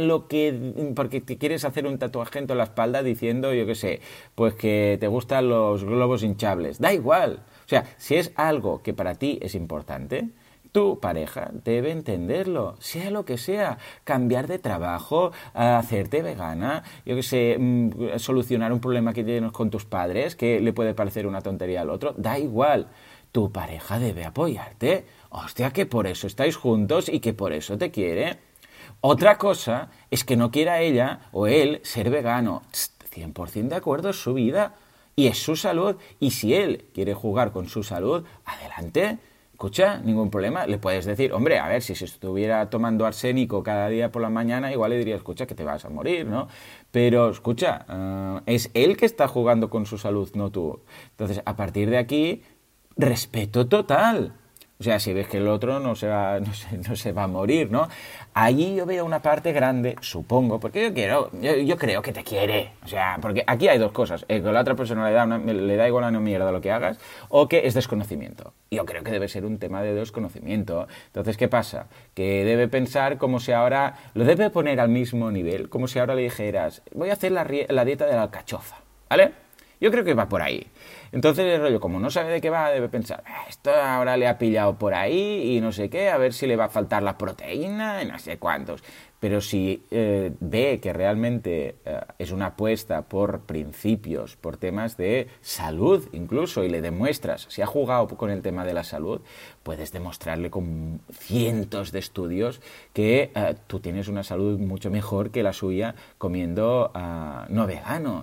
porque te quieres hacer un tatuaje en toda la espalda diciendo, yo qué sé, pues que te gustan los globos hinchables. Da igual. O sea, si es algo que para ti es importante, tu pareja debe entenderlo, sea lo que sea, cambiar de trabajo, hacerte vegana, yo qué sé, solucionar un problema que tienes con tus padres, que le puede parecer una tontería al otro, da igual. Tu pareja debe apoyarte. Hostia, que por eso estáis juntos y que por eso te quiere. Otra cosa es que no quiera ella o él ser vegano. 100% de acuerdo, es su vida y es su salud. Y si él quiere jugar con su salud, adelante. Escucha, ningún problema. Le puedes decir, hombre, a ver, si se estuviera tomando arsénico cada día por la mañana, igual le diría, escucha, que te vas a morir, ¿no? Pero, escucha, es él que está jugando con su salud, no tú. Entonces, a partir de aquí, respeto total. O sea, si ves que el otro no se va a morir, ¿no? Allí yo veo una parte grande, supongo, porque yo creo que te quiere. O sea, porque aquí hay 2 cosas. Que la otra persona le da igual a una mierda lo que hagas, o que es desconocimiento. Yo creo que debe ser un tema de desconocimiento. Entonces, ¿qué pasa? Que debe pensar como si ahora, lo debe poner al mismo nivel, como si ahora le dijeras, voy a hacer la dieta de la alcachofa, ¿vale? Yo creo que va por ahí. Entonces el rollo, como no sabe de qué va, debe pensar, esto ahora le ha pillado por ahí y no sé qué, a ver si le va a faltar la proteína y no sé cuántos. Pero si ve que realmente es una apuesta por principios, por temas de salud incluso, y le demuestras, si ha jugado con el tema de la salud, puedes demostrarle con cientos de estudios que tú tienes una salud mucho mejor que la suya comiendo no vegano.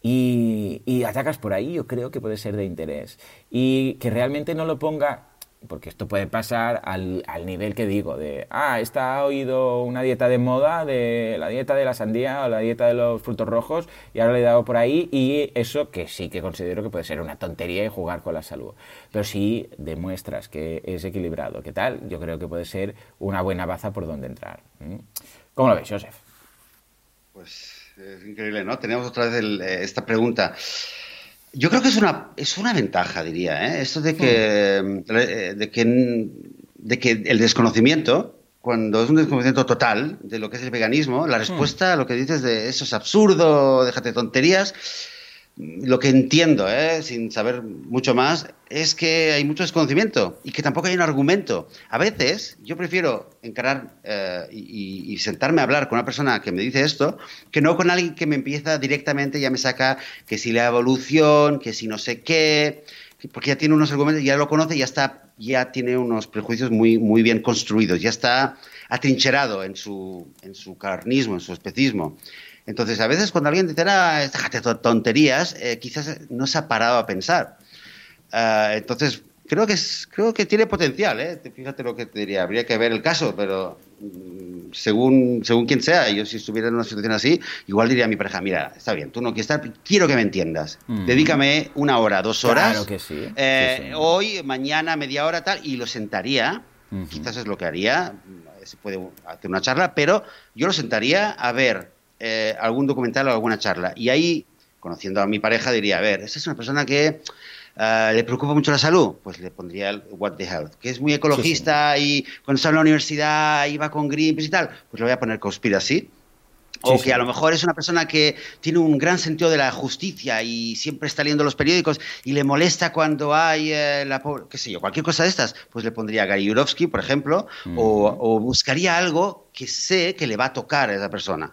Y atacas por ahí, yo creo que puede ser de interés. Y que realmente no lo ponga, porque esto puede pasar al nivel que digo, de, esta ha oído una dieta de moda, de la dieta de la sandía o la dieta de los frutos rojos, y ahora le he dado por ahí, y eso que sí que considero que puede ser una tontería y jugar con la salud. Pero si demuestras que es equilibrado, ¿qué tal? Yo creo que puede ser una buena baza por donde entrar. ¿Cómo lo ves, Joseph? Pues es increíble, ¿no? Tenemos otra vez esta pregunta. Yo creo que es una ventaja, diría, ¿eh? Esto de que el desconocimiento, cuando es un desconocimiento total de lo que es el veganismo, la respuesta a lo que dices de eso es absurdo, déjate de tonterías. Lo que entiendo, sin saber mucho más, es que hay mucho desconocimiento y que tampoco hay un argumento. A veces yo prefiero encarar y sentarme a hablar con una persona que me dice esto, que no con alguien que me empieza directamente, ya me saca que si la evolución, que si no sé qué, porque ya tiene unos argumentos, ya lo conoce, ya tiene unos prejuicios muy, muy bien construidos, ya está atrincherado en su carnismo, en su especismo. Entonces, a veces cuando alguien dice, déjate tonterías, quizás no se ha parado a pensar. Entonces, creo que tiene potencial, ¿eh? Fíjate lo que te diría. Habría que ver el caso, pero según quien sea, yo si estuviera en una situación así, igual diría a mi pareja, mira, está bien, tú no quieres estar, quiero que me entiendas. Dedícame 1 hora, 2 horas. Claro que sí. Sí. Hoy, mañana, media hora, tal, y lo sentaría. Quizás es lo que haría. Se puede hacer una charla, pero yo lo sentaría a ver algún documental o alguna charla. Y ahí, conociendo a mi pareja, diría, a ver, esta es una persona que le preocupa mucho la salud, pues le pondría el What the Health, que es muy ecologista y cuando está en la universidad iba con Greenpeace y tal, pues le voy a poner Conspiracy. O que a lo mejor es una persona que tiene un gran sentido de la justicia y siempre está leyendo los periódicos y le molesta cuando hay qué sé yo, cualquier cosa de estas, pues le pondría a Gary Yourofsky, por ejemplo, o buscaría algo que sé que le va a tocar a esa persona.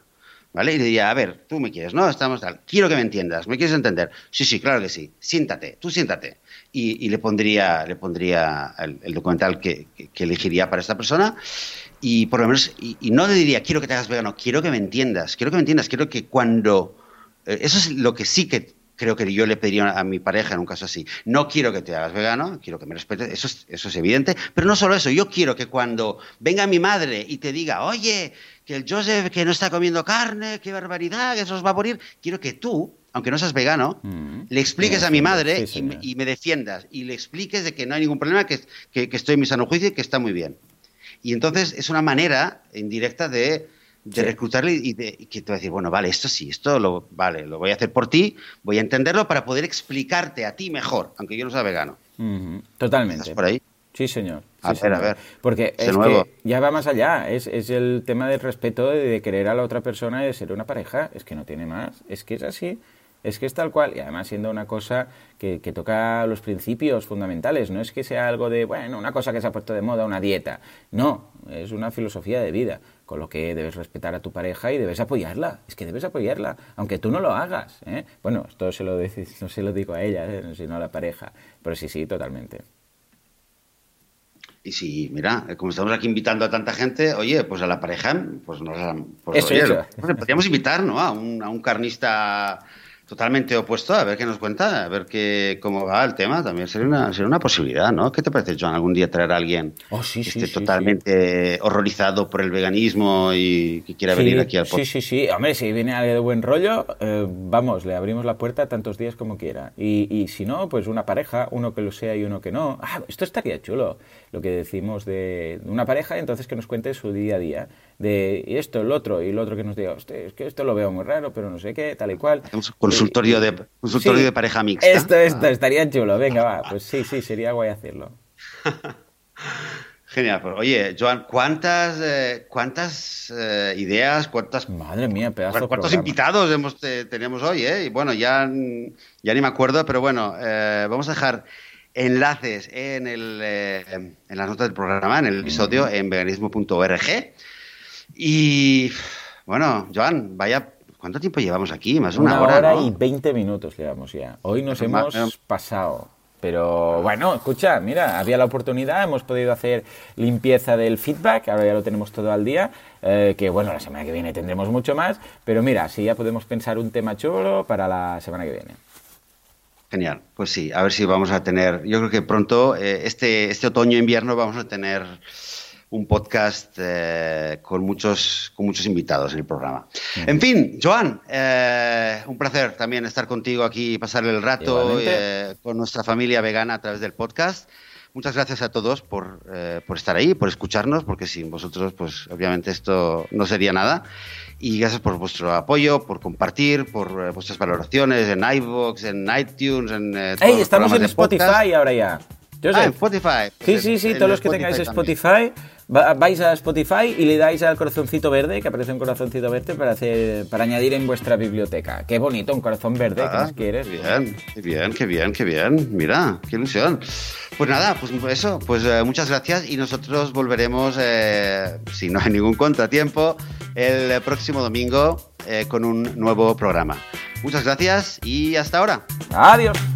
¿vale? Y le diría, a ver, tú me quieres, ¿no? Estamos tal. Quiero que me entiendas. ¿Me quieres entender? Sí, sí, claro que sí. Siéntate, tú siéntate. Y le pondría el documental que elegiría para esta persona. Y por lo menos, y no le diría, quiero que te hagas vegano, quiero que me entiendas. Quiero que cuando... eso es lo que sí que creo que yo le pediría a mi pareja en un caso así. No quiero que te hagas vegano, quiero que me respetes, eso es evidente, pero no solo eso, yo quiero que cuando venga mi madre y te diga, oye, que el Joseph que no está comiendo carne, qué barbaridad, que eso os va a morir, quiero que tú, aunque no seas vegano, le expliques a mi madre y me defiendas, y le expliques de que no hay ningún problema, que estoy en mi sano juicio y que está muy bien. Y entonces es una manera indirecta de reclutarle y que te va a decir, bueno, vale, esto sí, lo voy a hacer por ti, voy a entenderlo para poder explicarte a ti mejor, aunque yo no sea vegano. Totalmente. ¿Estás por ahí? Sí, señor. A ver. Porque es nuevo. que ya va más allá. Es el tema del respeto, de querer a la otra persona y de ser una pareja. Es que no tiene más. Es que es así. Es que es tal cual. Y además siendo una cosa que toca los principios fundamentales. No es que sea algo de, bueno, una cosa que se ha puesto de moda, una dieta. No, es una filosofía de vida. Con lo que debes respetar a tu pareja y debes apoyarla. Es que debes apoyarla, aunque tú no lo hagas, ¿eh? Bueno, esto no se lo digo a ella, sino a la pareja. Pero sí, totalmente. Y si, mira, como estamos aquí invitando a tanta gente, oye, pues a la pareja, pues podríamos invitar, ¿no? A un carnista totalmente opuesto, a ver qué nos cuenta, a ver cómo va el tema. También sería una posibilidad, ¿no? ¿Qué te parece, Joan? Algún día traer a alguien que esté totalmente horrorizado por el veganismo y que quiera venir aquí al podcast. Sí. Hombre, si viene alguien de buen rollo, vamos, le abrimos la puerta tantos días como quiera. Y si no, pues una pareja, uno que lo sea y uno que no. Esto estaría chulo, lo que decimos de una pareja, entonces que nos cuente su día a día. De esto, el otro, y el otro que nos diga, hostia, es que esto lo veo muy raro, pero no sé qué, tal y cual. Hacemos consultorio de pareja mixta. Esto, estaría chulo. Venga, va, pues sí, sería guay hacerlo. Genial. Pues, oye, Joan, ¿cuántas ideas, Madre mía, pedazo cuántos invitados tenemos hoy, eh? Y bueno, ya ni me acuerdo, pero bueno, vamos a dejar enlaces en las notas del programa, en el episodio, en veganismo.org. Y bueno, Joan, ¿cuánto tiempo llevamos aquí? Más de una hora, ¿no? Y 20 minutos llevamos ya. Hoy nos hemos pasado. Pero bueno, escucha, mira, había la oportunidad, hemos podido hacer limpieza del feedback, ahora ya lo tenemos todo al día, que bueno, la semana que viene tendremos mucho más, pero mira, sí ya podemos pensar un tema chulo para la semana que viene. Genial, pues sí, a ver si vamos a tener, yo creo que pronto, este otoño-invierno vamos a tener un podcast con muchos invitados en el programa. En fin, Joan, un placer también estar contigo aquí y pasar el rato con nuestra familia vegana a través del podcast. Muchas gracias a todos por estar ahí, por escucharnos, porque sin vosotros, pues obviamente esto no sería nada. Y gracias por vuestro apoyo, por compartir, por vuestras valoraciones en iVoox, en iTunes, en estamos en Spotify ahora ya. En Spotify. Sí, todos los que tengáis Spotify, vais a Spotify y le dais al corazoncito verde, que aparece un corazoncito verde para añadir en vuestra biblioteca. Qué bonito, un corazón verde, ¿qué más quieres? Qué bien. Mira, qué ilusión. Pues nada, pues eso, muchas gracias y nosotros volveremos, si no hay ningún contratiempo, el próximo domingo con un nuevo programa. Muchas gracias y hasta ahora. Adiós.